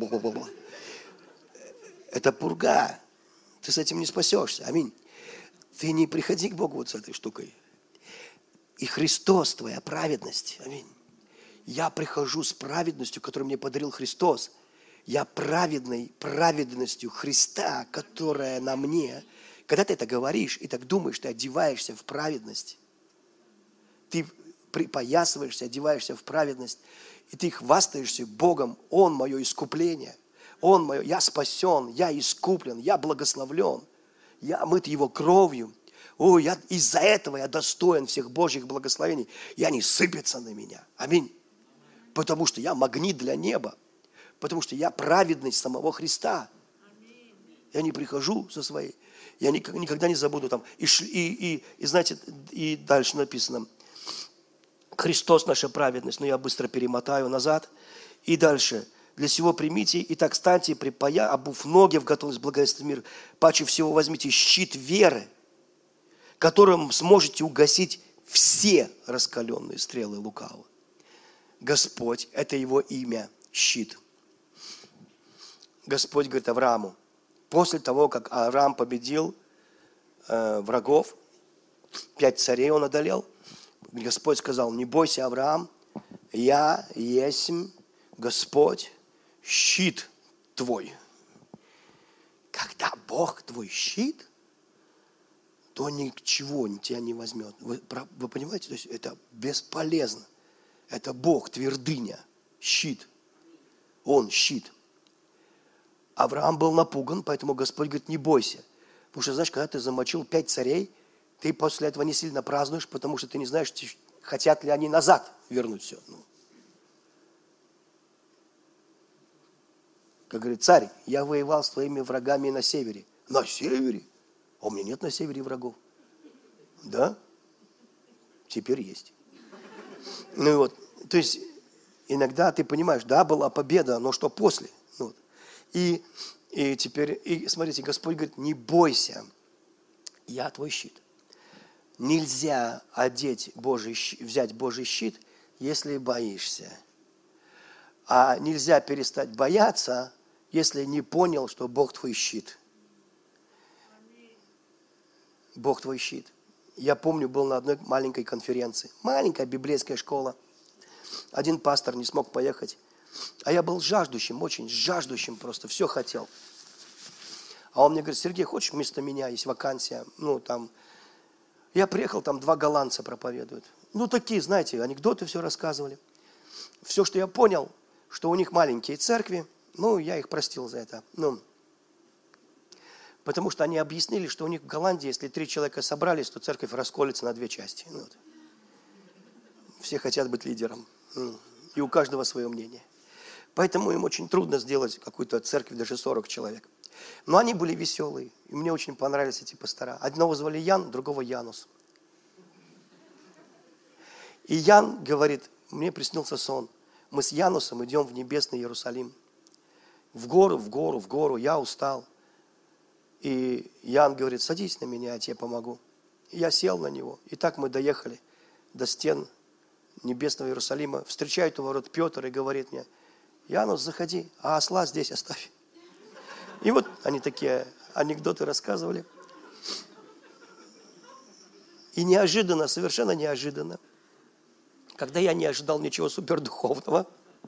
Это пурга. Ты с этим не спасешься. Аминь. Ты не приходи к Богу вот с этой штукой. И Христос твоя праведность. Аминь. Я прихожу с праведностью, которую мне подарил Христос. Я праведной праведностью Христа, которая на мне. Когда ты это говоришь и так думаешь, ты одеваешься в праведность. Ты припоясываешься, одеваешься в праведность. И ты хвастаешься Богом. Он мое искупление. Он мое, я спасен, я искуплен, я благословлен. Я омыт Его кровью. О, я, из-за этого я достоин всех Божьих благословений. И они сыпятся на меня. Аминь. Потому что я магнит для неба. Потому что я праведность самого Христа. Я не прихожу со своей. Я никогда не забуду там. И, и, и, и знаете, и дальше написано. Христос наша праведность. Но я быстро перемотаю назад. И дальше. Для сего примите, и так станьте, припая, обув ноги в готовность благовестия мира. Паче всего возьмите щит веры, которым сможете угасить все раскаленные стрелы лукавого. Господь, это Его имя, щит. Господь говорит Аврааму, после того, как Авраам победил э, врагов, пять царей он одолел, Господь сказал, не бойся, Авраам, я есть Господь, щит твой. Когда Бог твой щит, то ничего тебя не возьмет. Вы, вы понимаете? То есть это бесполезно. Это Бог, твердыня, щит. Он щит. Авраам был напуган, поэтому Господь говорит, не бойся. Потому что, знаешь, когда ты замочил пять царей, ты после этого не сильно празднуешь, потому что ты не знаешь, хотят ли они назад вернуть все. Как говорит царь, я воевал с твоими врагами на севере. На севере? А у меня нет на севере врагов. Да? Теперь есть. Ну и вот, то есть, иногда ты понимаешь, да, была победа, но что после? Ну, вот. и, и теперь, и смотрите, Господь говорит, не бойся, я твой щит. Нельзя одеть Божий, взять Божий щит, если боишься. А нельзя перестать бояться, если не понял, что Бог твой щит. Бог твой щит. Я помню, был на одной маленькой конференции. Маленькая библейская школа. Один пастор не смог поехать. А я был жаждущим, очень жаждущим просто. Все хотел. А он мне говорит: Сергей, хочешь вместо меня, есть вакансия? Ну, там... Я приехал, там два голландца проповедуют. Ну, такие, знаете, анекдоты все рассказывали. Все, что я понял, что у них маленькие церкви, ну, я их простил за это. Ну, потому что они объяснили, что у них в Голландии, если три человека собрались, то церковь расколется на две части. Ну, вот. Все хотят быть лидером. Ну, и у каждого свое мнение. Поэтому им очень трудно сделать какую-то церковь, даже сорок человек. Но они были веселые. И мне очень понравились эти пастора. Одного звали Ян, другого Янус. И Ян говорит: мне приснился сон. Мы с Янусом идем в небесный Иерусалим. В гору, в гору, в гору. Я устал. И Ян говорит: садись на меня, я тебе помогу. И я сел на него. И так мы доехали до стен небесного Иерусалима. Встречает у ворот Петр и говорит мне: Янус, заходи, а осла здесь оставь. И вот они такие анекдоты рассказывали. И неожиданно, совершенно неожиданно, когда я не ожидал ничего супердуховного,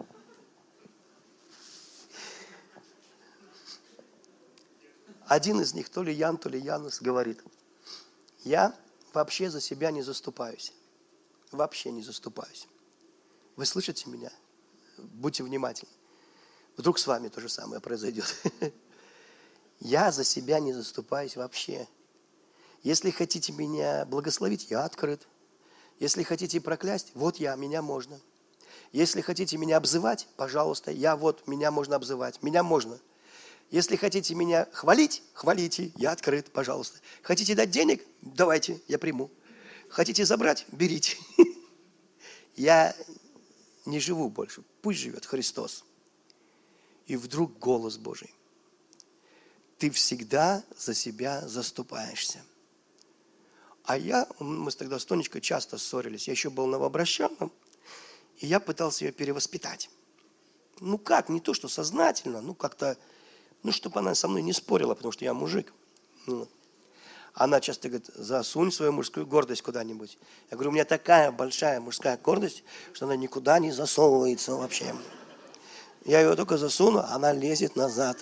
один из них, то ли Ян, то ли Янус, говорит: я вообще за себя не заступаюсь. Вообще не заступаюсь. Вы слышите меня? Будьте внимательны. Вдруг с вами то же самое произойдет. Я за себя не заступаюсь вообще. Если хотите меня благословить, я открыт. Если хотите проклясть, вот я, меня можно. Если хотите меня обзывать, пожалуйста, я вот, меня можно обзывать, меня можно. Если хотите меня хвалить, хвалите, я открыт, пожалуйста. Хотите дать денег, давайте, я приму. Хотите забрать, берите. Я не живу больше, пусть живет Христос. И вдруг голос Божий: ты всегда за себя заступаешься. А я, мы тогда с Тонечкой часто ссорились, я еще был новообращенным, и я пытался ее перевоспитать. Ну как, не то, что сознательно, ну как-то, ну чтобы она со мной не спорила, потому что я мужик. Ну, она часто говорит: засунь свою мужскую гордость куда-нибудь. Я говорю: у меня такая большая мужская гордость, что она никуда не засовывается вообще. Я ее только засуну, она лезет назад.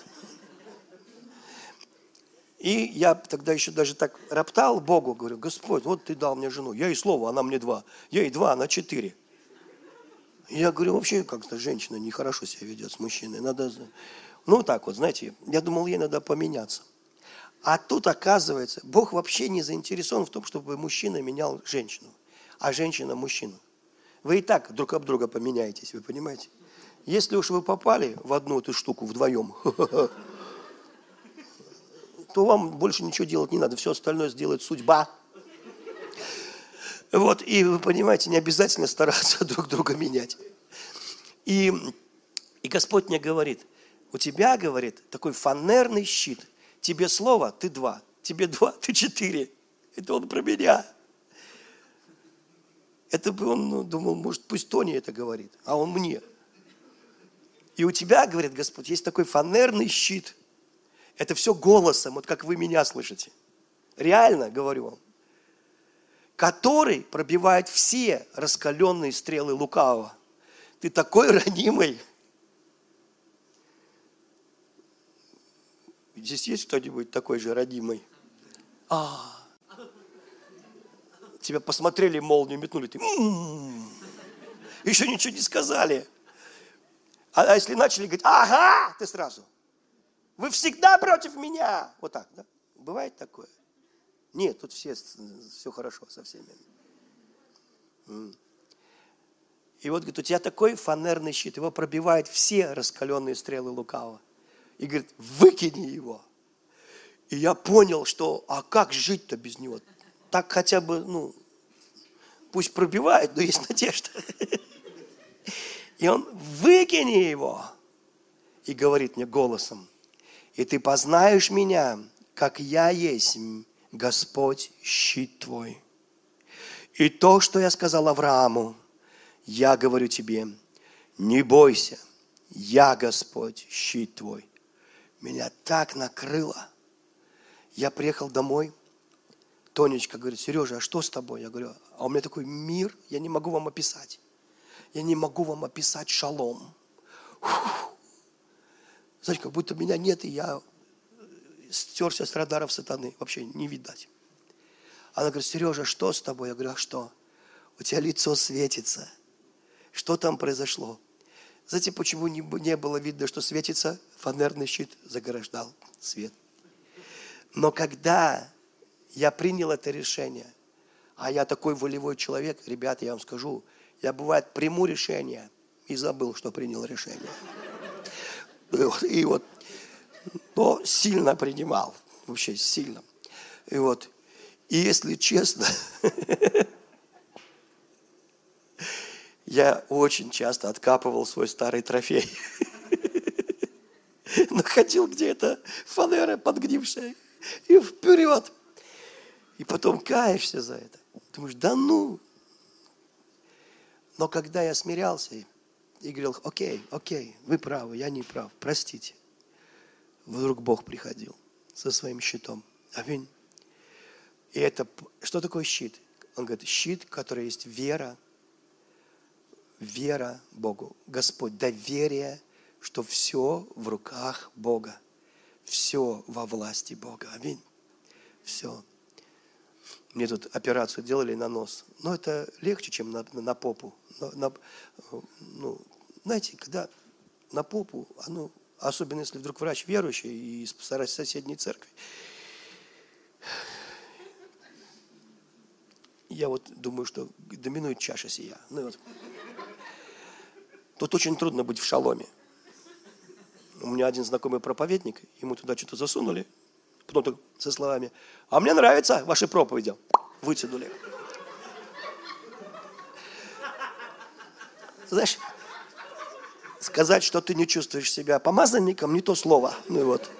И я тогда еще даже так роптал Богу, говорю: Господь, вот ты дал мне жену, я ей слово, она мне два, я ей два, она четыре. Я говорю: вообще как-то женщина нехорошо себя ведет с мужчиной, надо... Ну так вот, знаете, я думал, ей надо поменяться. А тут оказывается, Бог вообще не заинтересован в том, чтобы мужчина менял женщину, а женщина мужчину. Вы и так друг об друга поменяетесь, вы понимаете? Если уж вы попали в одну эту штуку вдвоем, то вам больше ничего делать не надо. Все остальное сделает судьба. Вот, и вы понимаете, не обязательно стараться друг друга менять. И, и Господь мне говорит: у тебя, говорит, такой фанерный щит. Тебе слово, ты два. Тебе два, ты четыре. Это он про меня. Это бы он, ну, думал, может, пусть Тони это говорит, а он мне. И у тебя, говорит Господь, есть такой фанерный щит. Это все голосом, вот как вы меня слышите. Реально, говорю вам. Который пробивает все раскаленные стрелы лукавого. Ты такой ранимый. Здесь есть кто-нибудь такой же ранимый? А, тебя посмотрели, молнию метнули, ты м-м-м, еще ничего не сказали. А, а если начали говорить: ага, ты сразу. Вы всегда против меня. Вот так, да? Бывает такое? Нет, тут все, все хорошо со всеми. И вот, говорит, у тебя такой фанерный щит, его пробивает все раскаленные стрелы лукавого. И говорит: выкини его. И я понял, что, а как жить-то без него? Так хотя бы, ну, пусть пробивает, но есть надежда. И он: выкини его. И говорит мне голосом: и ты познаешь меня, как я есть Господь, щит твой. И то, что я сказал Аврааму, Я говорю тебе, не бойся, я Господь, щит твой. Меня так накрыло. Я приехал домой, Тонечка говорит, Сережа, а что с тобой? Я говорю, а у меня такой мир, я не могу вам описать. Я не могу вам описать шалом. Фух. Знаете, как будто меня нет, и я стерся с радаров сатаны. Вообще не видать. Она говорит, Сережа, что с тобой? Я говорю, а что? У тебя лицо светится. Что там произошло? Знаете, почему не, не было видно, что светится? Фанерный щит заграждал свет. Но когда я принял это решение, а я такой волевой человек, ребята, я вам скажу, я, бывает, приму решение и забыл, что принял решение. И вот, и вот но сильно принимал, вообще сильно. И вот, и если честно, я очень часто откапывал свой старый трофей. Находил где-то фанера подгнившая и вперед. И потом каешься за это. Думаешь, да ну. Но когда я смирялся и говорил, окей, окей, вы правы, я не прав, простите. Вдруг Бог приходил со своим щитом. Аминь. И это, что такое щит? Он говорит, щит, который есть вера, вера Богу. Господь, доверие, что все в руках Бога. Все во власти Бога. Аминь. Все. Мне тут операцию делали на нос. Но это легче, чем на, на попу. На, на, ну, знаете, когда на попу, оно, особенно если вдруг врач верующий и из соседней церкви. Я вот думаю, что доминует чаша сия. Ну, вот. Тут очень трудно быть в шаломе. У меня один знакомый проповедник, ему туда что-то засунули, потом так со словами, а мне нравятся ваши проповеди. Вытянули. Знаешь, сказать, что ты не чувствуешь себя помазанником, не то слово. Ну и вот.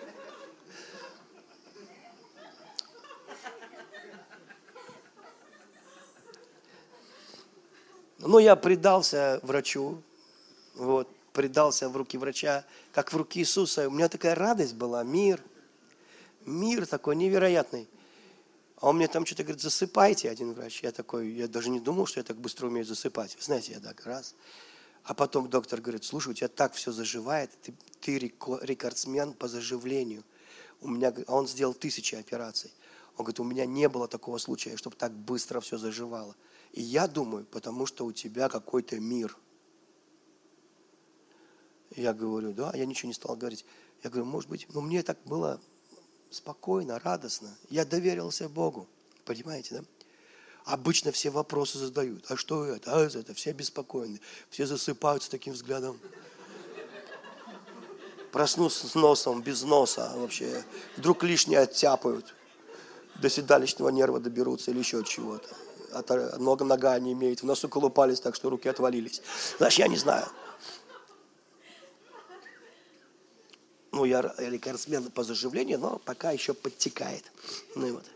Ну, я предался врачу, вот, предался в руки врача, как в руки Иисуса. У меня такая радость была, мир, мир такой невероятный. А он мне там что-то говорит, засыпайте, один врач. Я такой, я даже не думал, что я так быстро умею засыпать. Вы знаете, я так раз. А потом доктор говорит, слушай, у тебя так все заживает, ты, ты рекордсмен по заживлению. У меня, а он сделал тысячи операций. Он говорит, у меня не было такого случая, чтобы так быстро все заживало. И я думаю, потому что у тебя какой-то мир. Я говорю, да, я ничего не стал говорить. Я говорю, может быть, ну мне так было спокойно, радостно. Я доверился Богу. Понимаете, да? Обычно все вопросы задают. А что это? А это? Все беспокойны. Все засыпают с таким взглядом. Проснусь с носом, без носа вообще. Вдруг лишнее оттяпают. До седалищного нерва доберутся или еще чего-то. А нога нога не имеет. В носу колупались так, что руки отвалились. Знаешь, я не знаю. Ну, я рекордсмен по заживлению, но пока еще подтекает. Ну и вот.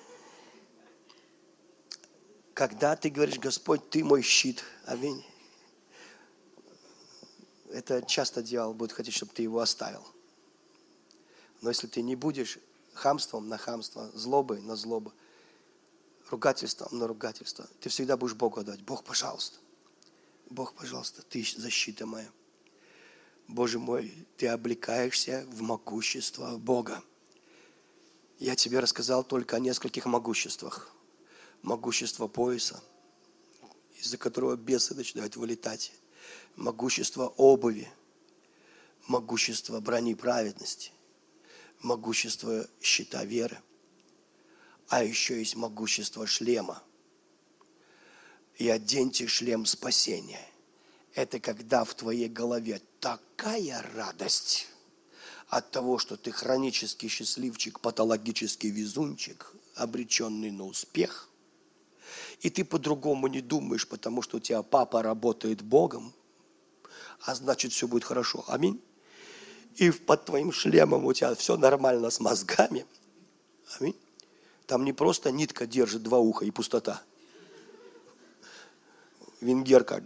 Когда ты говоришь, Господь, ты мой щит. Аминь. Это часто дьявол будет хотеть, чтобы ты его оставил. Но если ты не будешь хамством на хамство, злобой на злобу, ругательством на ругательство, ты всегда будешь Богу отдать. Бог, пожалуйста. Бог, пожалуйста, ты защита моя. Боже мой, ты облекаешься в могущество Бога. Я тебе рассказал только о нескольких могуществах. Могущество пояса, из-за которого бесы начинают вылетать. Могущество обуви. Могущество брони праведности. Могущество щита веры. А еще есть могущество шлема. И оденьте шлем спасения. Это когда в твоей голове такая радость от того, что ты хронический счастливчик, патологический везунчик, обреченный на успех. И ты по-другому не думаешь, потому что у тебя папа работает Богом, а значит все будет хорошо. Аминь. И под твоим шлемом у тебя все нормально с мозгами. Аминь. Там не просто нитка держит два уха и пустота. венгерка.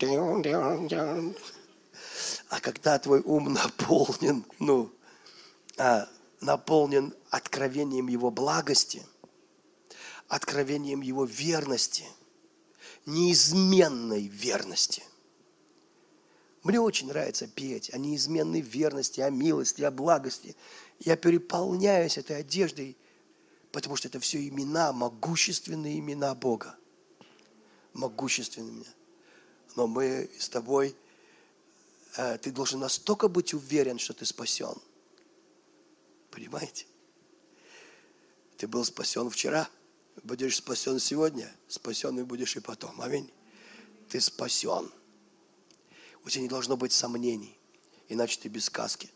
А когда твой ум наполнен, ну, а, наполнен откровением Его благости, откровением Его верности, неизменной верности. Мне очень нравится петь о неизменной верности, о милости, о благости. Я переполняюсь этой одеждой, потому что это все имена, могущественные имена Бога. Могущественные имена. Но мы с тобой, э, ты должен настолько быть уверен, что ты спасен. Понимаете? Ты был спасен вчера, будешь спасен сегодня, спасен и будешь и потом. Аминь. Ты спасен. У тебя не должно быть сомнений, иначе ты без сказки.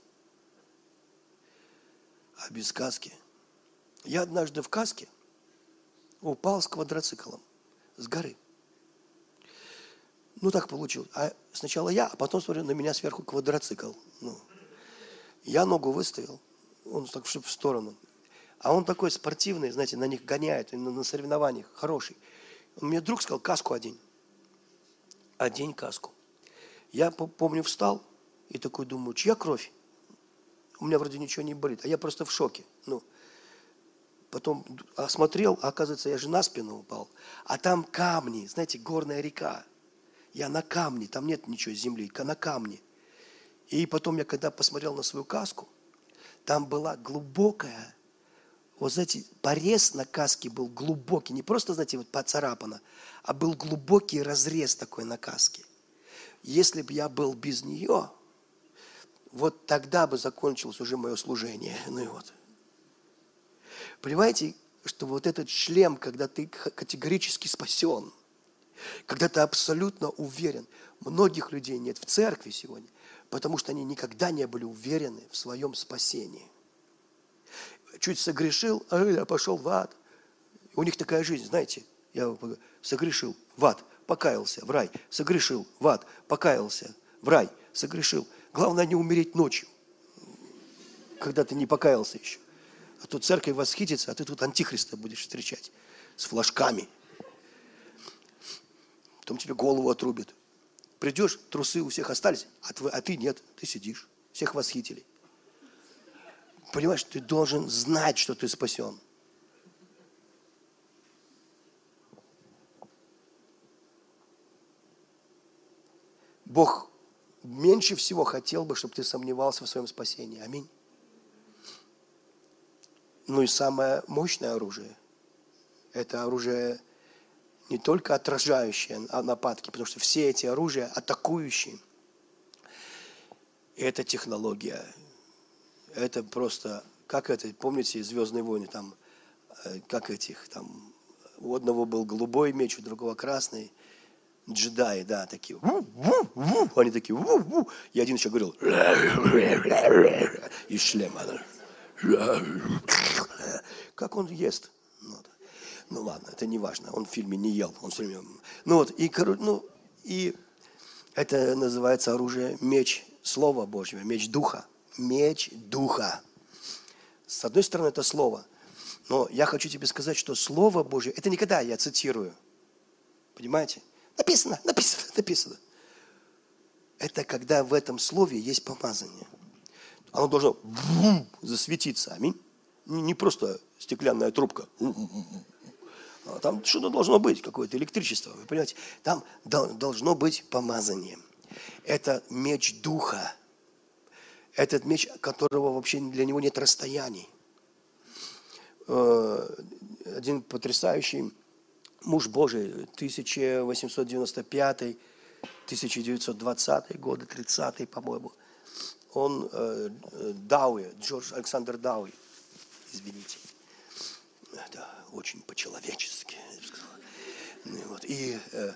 А без сказки. Я однажды в каске упал с квадроциклом с горы. Ну, так получилось. А сначала я, а потом, смотрю, на меня сверху квадроцикл. Ну, я ногу выставил, он так в сторону. А он такой спортивный, знаете, на них гоняет, на, на соревнованиях, хороший. Он мне друг сказал, каску одень. Одень каску. Я помню, встал и такой думаю, чья кровь? У меня вроде ничего не болит, а я просто в шоке. Ну, потом осмотрел, а оказывается, я же на спину упал. А там камни, знаете, горная река. Я на камне, там нет ничего земли, на камне. И потом я, когда посмотрел на свою каску, там была глубокая, вот знаете, порез на каске был глубокий, не просто, знаете, вот поцарапано, а был глубокий разрез такой на каске. Если бы я был без нее, вот тогда бы закончилось уже мое служение. Ну и вот. Понимаете, что вот этот шлем, когда ты категорически спасен, когда ты абсолютно уверен, многих людей нет в церкви сегодня, потому что они никогда не были уверены в своем спасении. Чуть согрешил, а я пошел в ад. У них такая жизнь, знаете, я согрешил, в ад, покаялся, в рай, согрешил, в ад, покаялся, в рай, согрешил. Главное не умереть ночью, когда ты не покаялся еще. А то церковь восхитится, а ты тут антихриста будешь встречать с флажками. Потом тебе голову отрубят. Придешь, трусы у всех остались, а, твой, а ты нет, ты сидишь. Всех восхитили. Понимаешь, ты должен знать, что ты спасен. Бог меньше всего хотел бы, чтобы ты сомневался в своем спасении. Аминь. Ну и самое мощное оружие – это оружие не только отражающее нападки, потому что все эти оружия атакующие. И это технология. Это просто, как это, помните, «Звездные войны», там, как этих, там, у одного был голубой меч, у другого красный. Джедаи, да, такие. Они такие. И один еще говорил. Из шлема. Как он ест? Ну, ну ладно, это не важно. Он в фильме не ел. Он все время... Ну вот, и, ну, и это называется оружие, меч Слова Божьего, меч Духа. Меч Духа. С одной стороны, это Слово. Но я хочу тебе сказать, что Слово Божье, это никогда я цитирую. Понимаете? Написано, написано, написано. Это когда в этом слове есть помазание. Оно должно засветиться. Аминь. Не просто стеклянная трубка. Там что-то должно быть, какое-то электричество. Вы понимаете? Там должно быть помазание. Это меч Духа. Этот меч, которого вообще для него нет расстояний. Один потрясающий муж Божий, тысяча восемьсот девяносто пятый — тысяча девятьсот двадцатый годы, тридцатый, по-моему. Он, э, Дауи, Джордж Александр Дауи, извините. Это очень по-человечески, я бы сказал. И, вот, и э,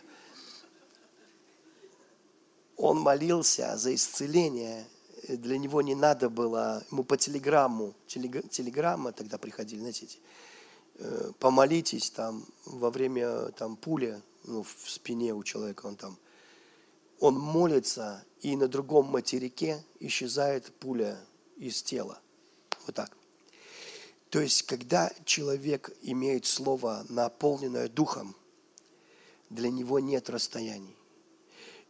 он молился за исцеление. Для него не надо было, ему по телеграмму, телег, телеграмма тогда приходили, знаете, эти, э, помолитесь там во время там пули, ну, в спине у человека, он там, он молится, и на другом материке исчезает пуля из тела. Вот так. То есть, когда человек имеет слово, наполненное Духом, для него нет расстояний.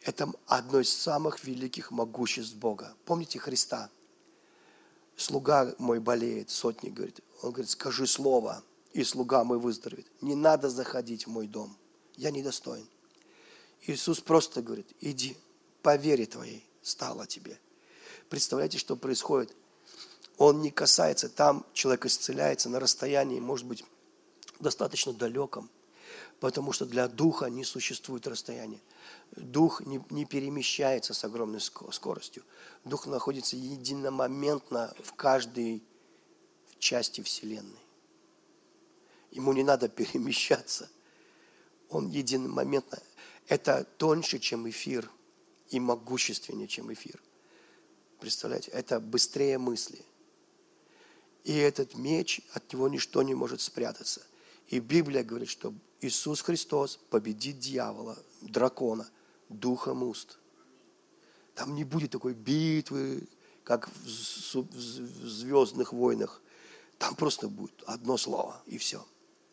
Это одно из самых великих могуществ Бога. Помните Христа? Слуга мой болеет, сотник говорит. Он говорит, скажи слово, и слуга мой выздоровеет. Не надо заходить в мой дом, я недостоин. Иисус просто говорит, иди, по вере твоей стало тебе. Представляете, что происходит? Он не касается, там человек исцеляется на расстоянии, может быть, достаточно далеком, потому что для духа не существует расстояния. Дух не, не перемещается с огромной скоростью. Дух находится единомоментно в каждой части Вселенной. Ему не надо перемещаться. Он единомоментно. Это тоньше, чем эфир, и могущественнее, чем эфир. Представляете? Это быстрее мысли. И этот меч, от него ничто не может спрятаться. И Библия говорит, что Иисус Христос победит дьявола, дракона, духом уст. Там не будет такой битвы, как в «Звездных войнах». Там просто будет одно слово, и все.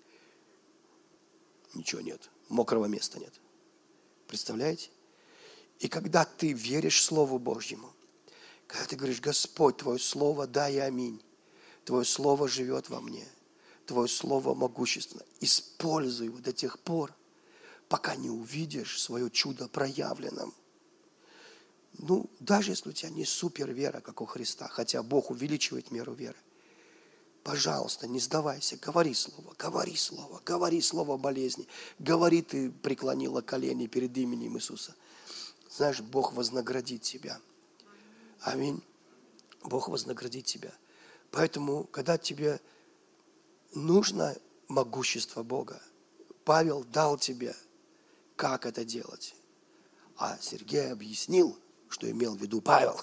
Ничего нет, мокрого места нет. Представляете? И когда ты веришь Слову Божьему, когда ты говоришь, Господь, Твое Слово, да и аминь. Твое Слово живет во мне. Твое Слово могущественно. Используй его до тех пор, пока не увидишь свое чудо проявленным. Ну, даже если у тебя не супер вера, как у Христа, хотя Бог увеличивает меру веры, пожалуйста, не сдавайся, говори Слово, говори Слово, говори Слово болезни, говори, ты преклонила колени перед именем Иисуса. Знаешь, Бог вознаградит тебя. Аминь. Бог вознаградит тебя. Поэтому, когда тебе нужно могущество Бога, Павел дал тебе, как это делать. А Сергей объяснил, что имел в виду Павел.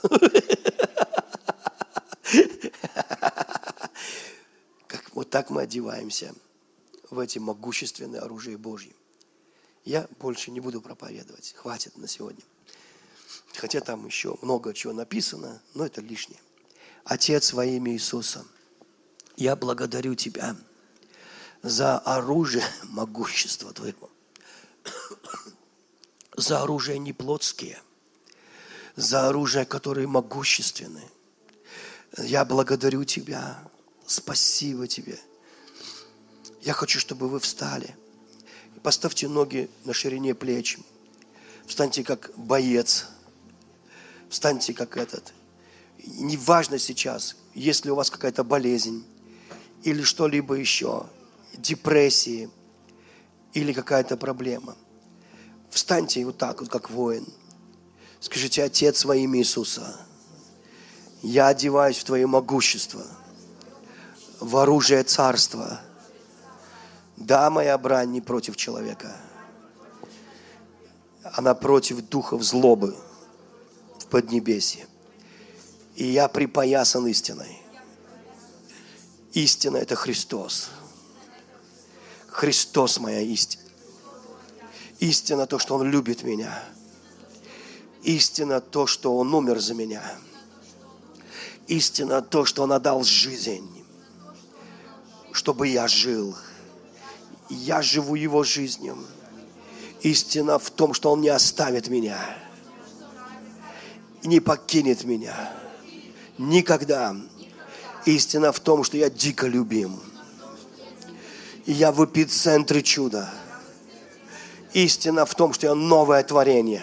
Как, вот так мы одеваемся в эти могущественные оружия Божьи. Я больше не буду проповедовать. Хватит на сегодня. Хотя там еще много чего написано, но это лишнее. Отец, во имя Иисуса, я благодарю Тебя за оружие могущества Твоего, за оружие не плотские, за оружие, которые могущественны. Я благодарю Тебя, спасибо Тебе. Я хочу, чтобы вы встали. Поставьте ноги на ширине плеч. Встаньте как боец. Встаньте как этот. Неважно сейчас, есть ли у вас какая-то болезнь или что-либо еще, депрессии или какая-то проблема. Встаньте вот так, вот как воин. Скажите, Отец, во имя Иисуса, я одеваюсь в Твое могущество, в оружие царства. Да, моя брань не против человека. Она против духов злобы в поднебесье. И я припоясан истиной. Истина – это Христос. Христос – моя истина. Истина – то, что Он любит меня. Истина – то, что Он умер за меня. Истина – то, что Он отдал жизнь, чтобы я жил. Я живу Его жизнью. Истина в том, что Он не оставит меня и не покинет меня. Никогда. Истина в том, что я дико любим. И я в эпицентре чуда. Истина в том, что я новое творение.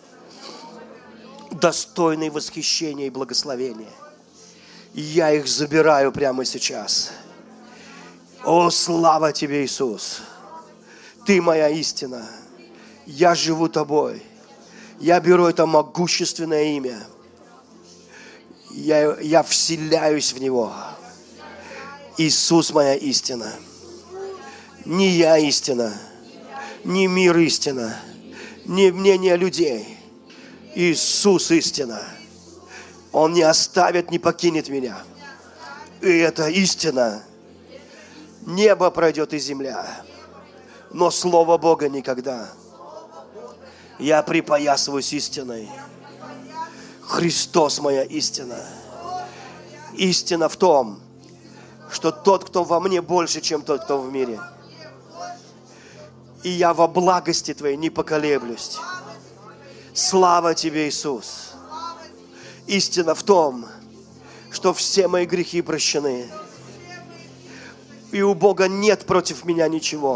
Достойное восхищения и благословения. И я их забираю прямо сейчас. О, слава Тебе, Иисус! Ты моя истина. Я живу Тобой. Я беру это могущественное имя. Я, я вселяюсь в Него. Иисус моя истина. Не я истина. Не мир истина. Не мнение людей. Иисус истина. Он не оставит, не покинет меня. И это истина. Небо пройдет и земля. Но Слово Бога никогда. Я припоясываюсь истиной. Христос моя истина. Истина в том, что тот, кто во мне, больше, чем тот, кто в мире. И я во благости Твоей не поколеблюсь. Слава Тебе, Иисус. Истина в том, что все мои грехи прощены. И у Бога нет против меня ничего.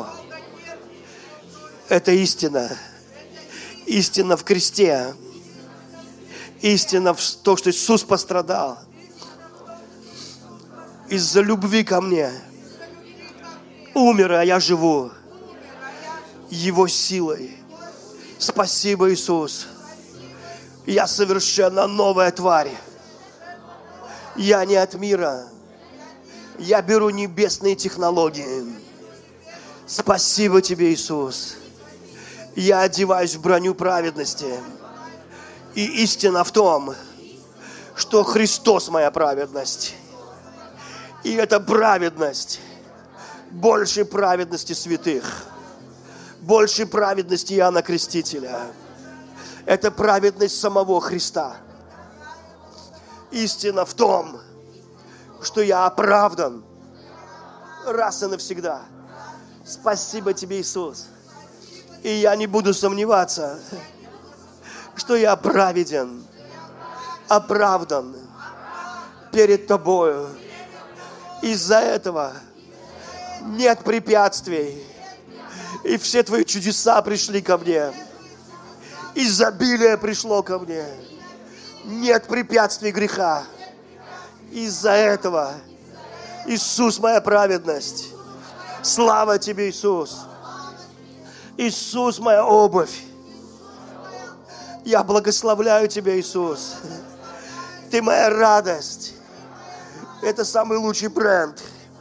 Это истина. Истина в кресте. Истина в том, что Иисус пострадал. Из-за любви ко мне. Умер, а я живу. Его силой. Спасибо, Иисус. Я совершенно новая тварь. Я не от мира. Я беру небесные технологии. Спасибо Тебе, Иисус. Я одеваюсь в броню праведности. И истина в том, что Христос моя праведность. И эта праведность больше праведности святых, больше праведности Иоанна Крестителя. Это праведность самого Христа. Истина в том, что я оправдан раз и навсегда. Спасибо Тебе, Иисус. И я не буду сомневаться, что я праведен, оправдан перед Тобою. Из-за этого нет препятствий. И все Твои чудеса пришли ко мне. Изобилие пришло ко мне. Нет препятствий греха. Из-за этого Иисус моя праведность. Слава Тебе, Иисус. Иисус моя обувь. Я благословляю Тебя, Иисус. Ты моя радость. Это самый лучший бренд.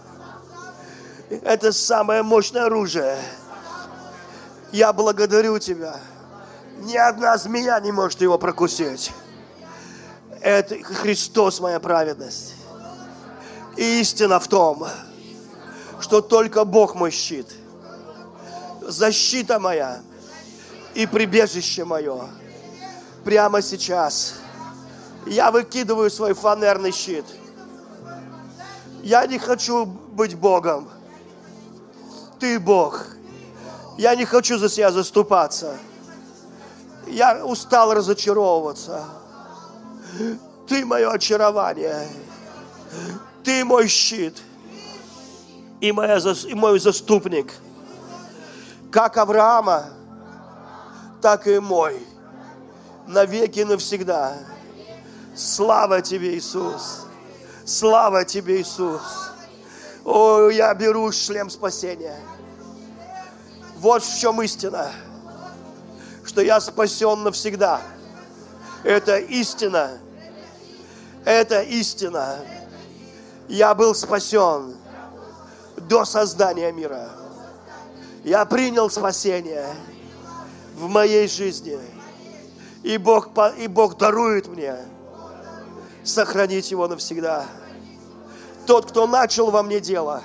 Это самое мощное оружие. Я благодарю Тебя. Ни одна змея не может его прокусить. Это Христос моя праведность. И истина в том, что только Бог мой щит. Защита моя и прибежище мое. Прямо сейчас я выкидываю свой фанерный щит. Я не хочу быть Богом. Ты Бог. Я не хочу за себя заступаться. Я устал разочаровываться. Ты мое очарование. Ты мой щит. И, моя, и мой заступник. Как Авраама, так и мой. Навеки и навсегда. Слава Тебе, Иисус. Слава Тебе, Иисус. О, я беру шлем спасения. Вот в чем истина. Что я спасен навсегда. Это истина. Это истина. Я был спасен до создания мира. Я принял спасение в моей жизни. И Бог, и Бог дарует мне сохранить его навсегда. Тот, кто начал во мне дело,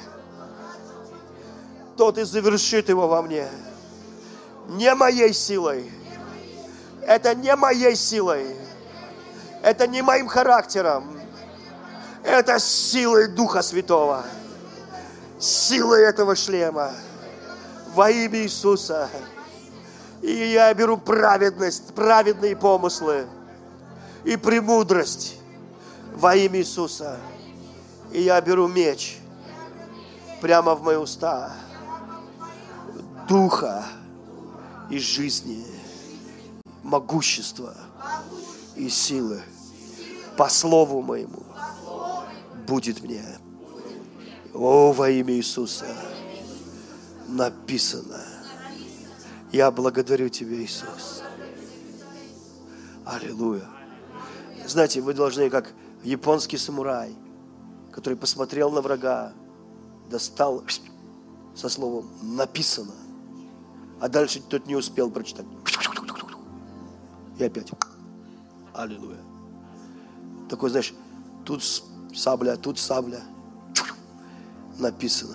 тот и завершит его во мне. Не моей силой. Это не моей силой. Это не моим характером. Это силой Духа Святого. Силой этого шлема. Во имя Иисуса. И я беру праведность, праведные помыслы и премудрость во имя Иисуса. И я беру меч прямо в мои уста. Духа и жизни, могущества и силы по слову моему будет мне. О, во имя Иисуса написано. Я благодарю Тебя, Иисус. Аллилуйя. Знаете, вы должны, как японский самурай, который посмотрел на врага, достал со словом «написано», а дальше тот не успел прочитать. И опять. Аллилуйя. Такой, знаешь, тут сабля, тут сабля. Написано.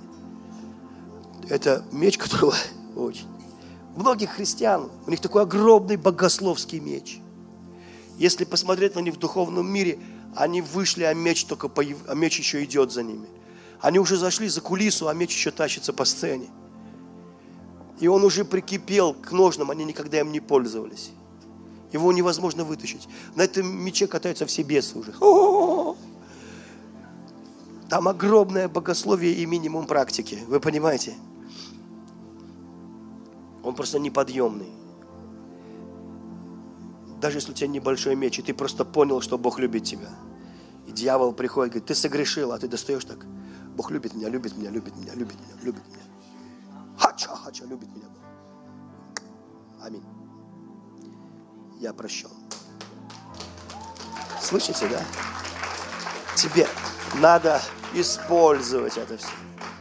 Это меч, которого очень. Многих христиан, у них такой огромный богословский меч. Если посмотреть на них в духовном мире, они вышли, а меч только по, а меч еще идет за ними. Они уже зашли за кулису, а меч еще тащится по сцене. И он уже прикипел к ножнам, они никогда им не пользовались. Его невозможно вытащить. На этом мече катаются все бесы уже. О-о-о! Там огромное богословие и минимум практики. Вы понимаете? Он просто неподъемный. Даже если у тебя небольшой меч, и ты просто понял, что Бог любит тебя. И дьявол приходит, говорит, ты согрешил, а ты достаешь так. Бог любит меня, любит меня, любит меня, любит меня, любит меня. Хача, хача, любит меня. Аминь. Я прощен. Слышите, да? Тебе надо использовать это все.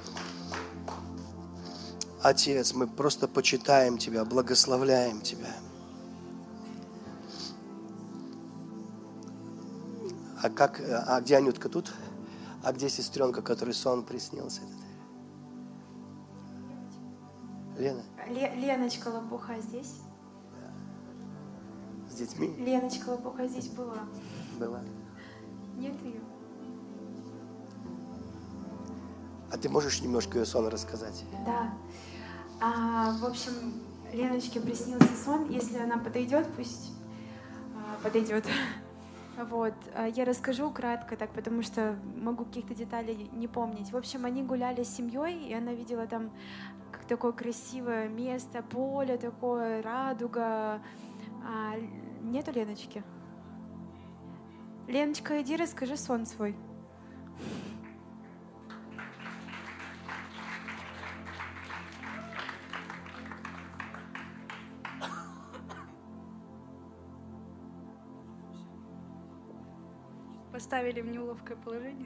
Отец, мы просто почитаем Тебя, благословляем Тебя. А как, а где Анютка тут? А где сестренка, которой сон приснился этот? Лена? Ле- Леночка Лопуха здесь? С детьми? Леночка Лопуха здесь была. Была. Нет ее. А ты можешь немножко ее сон рассказать? Да. А, в общем, Леночке приснился сон. Если она подойдет, пусть а, подойдет. Вот. Я расскажу кратко, так, потому что могу каких-то деталей не помнить. В общем, они гуляли с семьей, и она видела там как такое красивое место, поле такое, радуга. А, нету Леночки? Леночка, иди расскажи сон свой. Поставили в неловкое положение.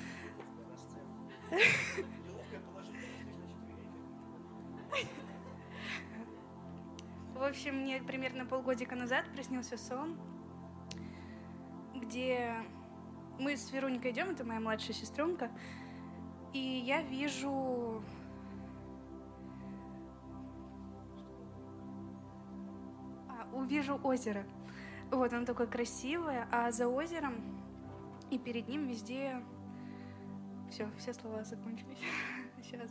В общем, мне примерно полгодика назад приснился сон, где мы с Вероникой идем, это моя младшая сестренка, и я вижу а, увижу озеро. Вот, оно такое красивое, а за озером и перед ним везде... Все, все слова закончились. Сейчас.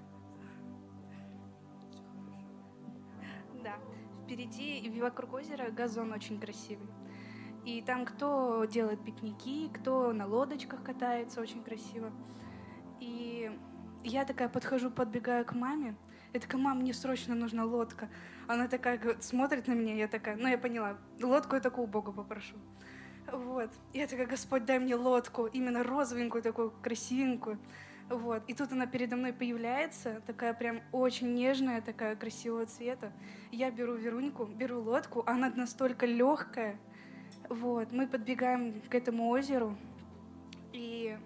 Да, впереди и вокруг озера газон очень красивый. И там кто делает пикники, кто на лодочках катается, очень красиво. И я такая подхожу, подбегаю к маме. Я такая, мам, мне срочно нужна лодка. Она такая смотрит на меня, я такая, ну я поняла, лодку я такую Бога попрошу. Вот. Я такая, Господь, дай мне лодку, именно розовенькую, такую красивенькую. Вот. И тут она передо мной появляется, такая прям очень нежная, такая красивого цвета. Я беру Веруньку, беру лодку, она настолько легкая. Вот. Мы подбегаем к этому озеру и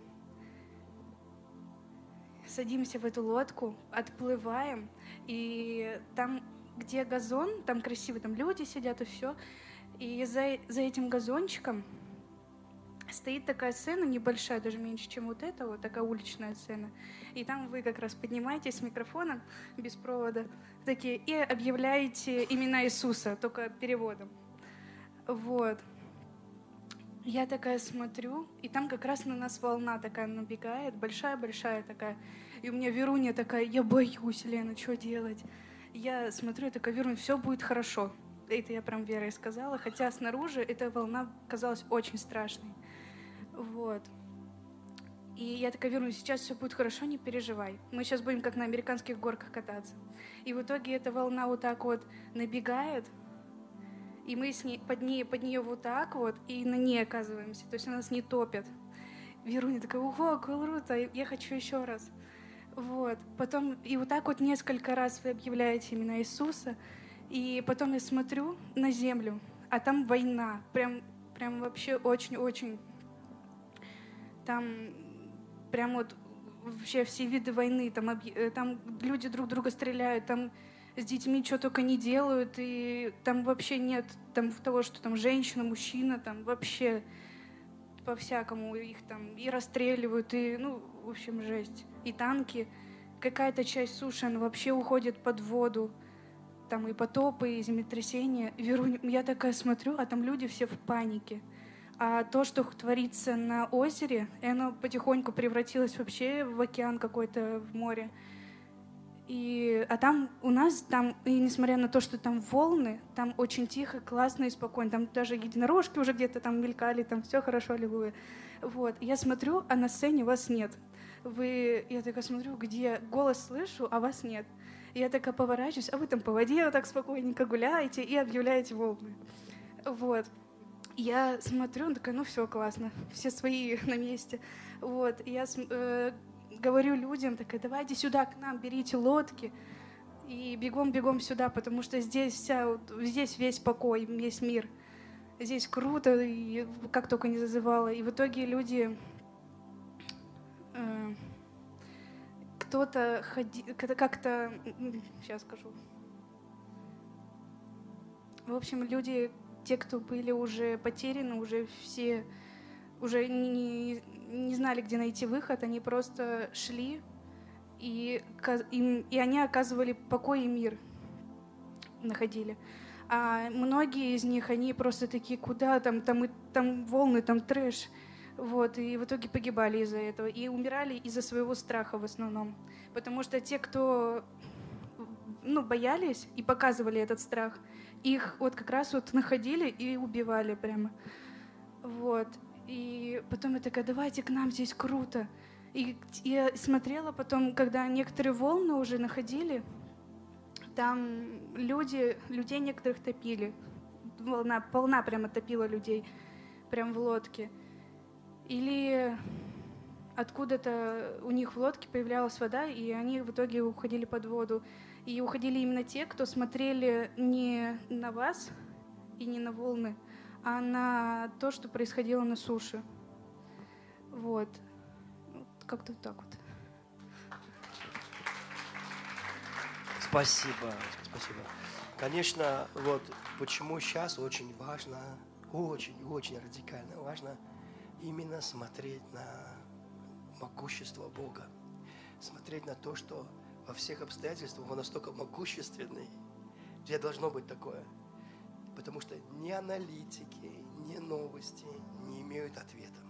садимся в эту лодку, отплываем. И там, где газон, там красиво, там люди сидят и все. И за, за этим газончиком стоит такая сцена небольшая, даже меньше, чем вот эта, вот такая уличная сцена. И там вы как раз поднимаетесь с микрофоном без провода такие, и объявляете имена Иисуса, только переводом. Вот. Я такая смотрю, и там как раз на нас волна такая набегает, большая-большая такая. И у меня Веруня такая, я боюсь, Лена, что делать? Я смотрю, я такая, Веруня, все будет хорошо. Это я прям Верой сказала, хотя снаружи эта волна казалась очень страшной. Вот. И я такая, Веруня, сейчас все будет хорошо, не переживай. Мы сейчас будем как на американских горках кататься. И в итоге эта волна вот так вот набегает, и мы с ней, под, ней, под нее вот так вот, и на ней оказываемся. То есть она нас не топит. Веруня такая, ого, круто, я хочу еще раз. Вот. Потом, и вот так вот несколько раз вы объявляете имена Иисуса. И потом я смотрю на землю, а там война. Прям, прям вообще очень-очень. Там прям вот вообще все виды войны. Там, там люди друг друга стреляют, там с детьми что только не делают. И там вообще нет там, того, что там женщина, мужчина, там вообще по-всякому их там и расстреливают, и, ну, в общем, жесть. И танки. Какая-то часть суши, она вообще уходит под воду. Там и потопы, и землетрясения. Верунь, я такая смотрю, а там люди все в панике. А то, что творится на озере, оно потихоньку превратилось вообще в океан какой-то, в море. И, а там у нас, там, и несмотря на то, что там волны, там очень тихо, классно и спокойно. Там даже единорожки уже где-то там мелькали, там все хорошо, аллилуйя. Вот. Я смотрю, а на сцене вас нет. Вы, я такая смотрю, где голос слышу, а вас нет. И я такая поворачиваюсь, а вы там по воде вот так спокойненько гуляете и объявляете волны. Вот. Я смотрю, такая, ну все, классно, все свои на месте. Вот. И я э, говорю людям, такая, давайте сюда к нам, берите лодки и бегом-бегом сюда, потому что здесь, вся, здесь весь покой, весь мир. Здесь круто, и как только не зазывала. И в итоге люди... Э, кто-то ходи, как-то... Сейчас скажу. В общем, люди, те, кто были уже потеряны, уже все уже не, не знали, где найти выход, они просто шли, и, им, и они оказывали покой и мир, находили. А многие из них, они просто такие, куда там, там, там волны, там трэш. Вот, и в итоге погибали из-за этого. И умирали из-за своего страха в основном. Потому что те, кто ну, боялись и показывали этот страх, их вот как раз вот находили и убивали прямо. Вот. И потом я такая, давайте к нам, здесь круто. И я смотрела потом, когда некоторые волны уже находили, там люди, людей некоторых топили. Волна, волна прямо топила людей, прям в лодке. Или откуда-то у них в лодке появлялась вода, и они в итоге уходили под воду. И уходили именно те, кто смотрели не на вас и не на волны, а на то, что происходило на суше. Вот. Как-то вот так вот. Спасибо, спасибо. Конечно, вот почему сейчас очень важно, очень-очень радикально важно именно смотреть на могущество Бога. Смотреть на то, что во всех обстоятельствах Он настолько могущественный, где должно быть такое. Потому что ни аналитики, ни новости не имеют ответа.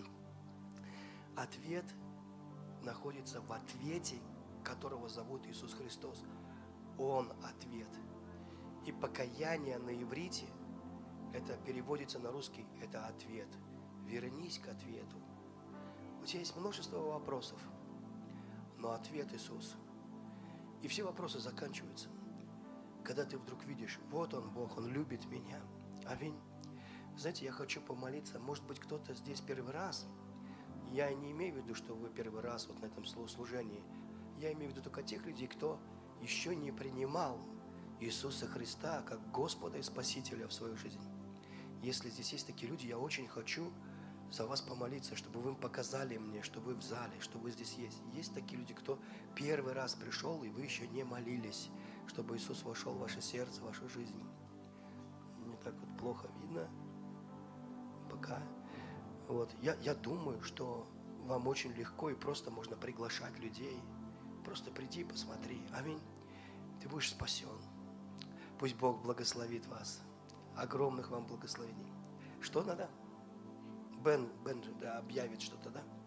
Ответ находится в ответе, которого зовут Иисус Христос. Он ответ. И покаяние на иврите, это переводится на русский, это ответ. Вернись к ответу. У тебя есть множество вопросов, но ответ Иисус. И все вопросы заканчиваются, когда ты вдруг видишь, вот Он, Бог, Он любит меня. Аминь. Знаете, я хочу помолиться, может быть, кто-то здесь первый раз. Я не имею в виду, что вы первый раз вот на этом служении. Я имею в виду только тех людей, кто еще не принимал Иисуса Христа как Господа и Спасителя в свою жизнь. Если здесь есть такие люди, я очень хочу за вас помолиться, чтобы вы показали мне, что вы в зале, что вы здесь есть. Есть такие люди, кто первый раз пришел, и вы еще не молились, чтобы Иисус вошел в ваше сердце, в вашу жизнь. Мне так вот плохо видно. Пока. Вот. Я, я думаю, что вам очень легко и просто можно приглашать людей. Просто приди, посмотри. Аминь. Ты будешь спасен. Пусть Бог благословит вас. Огромных вам благословений. Что надо? Бен, Бен да, объявит что-то, да?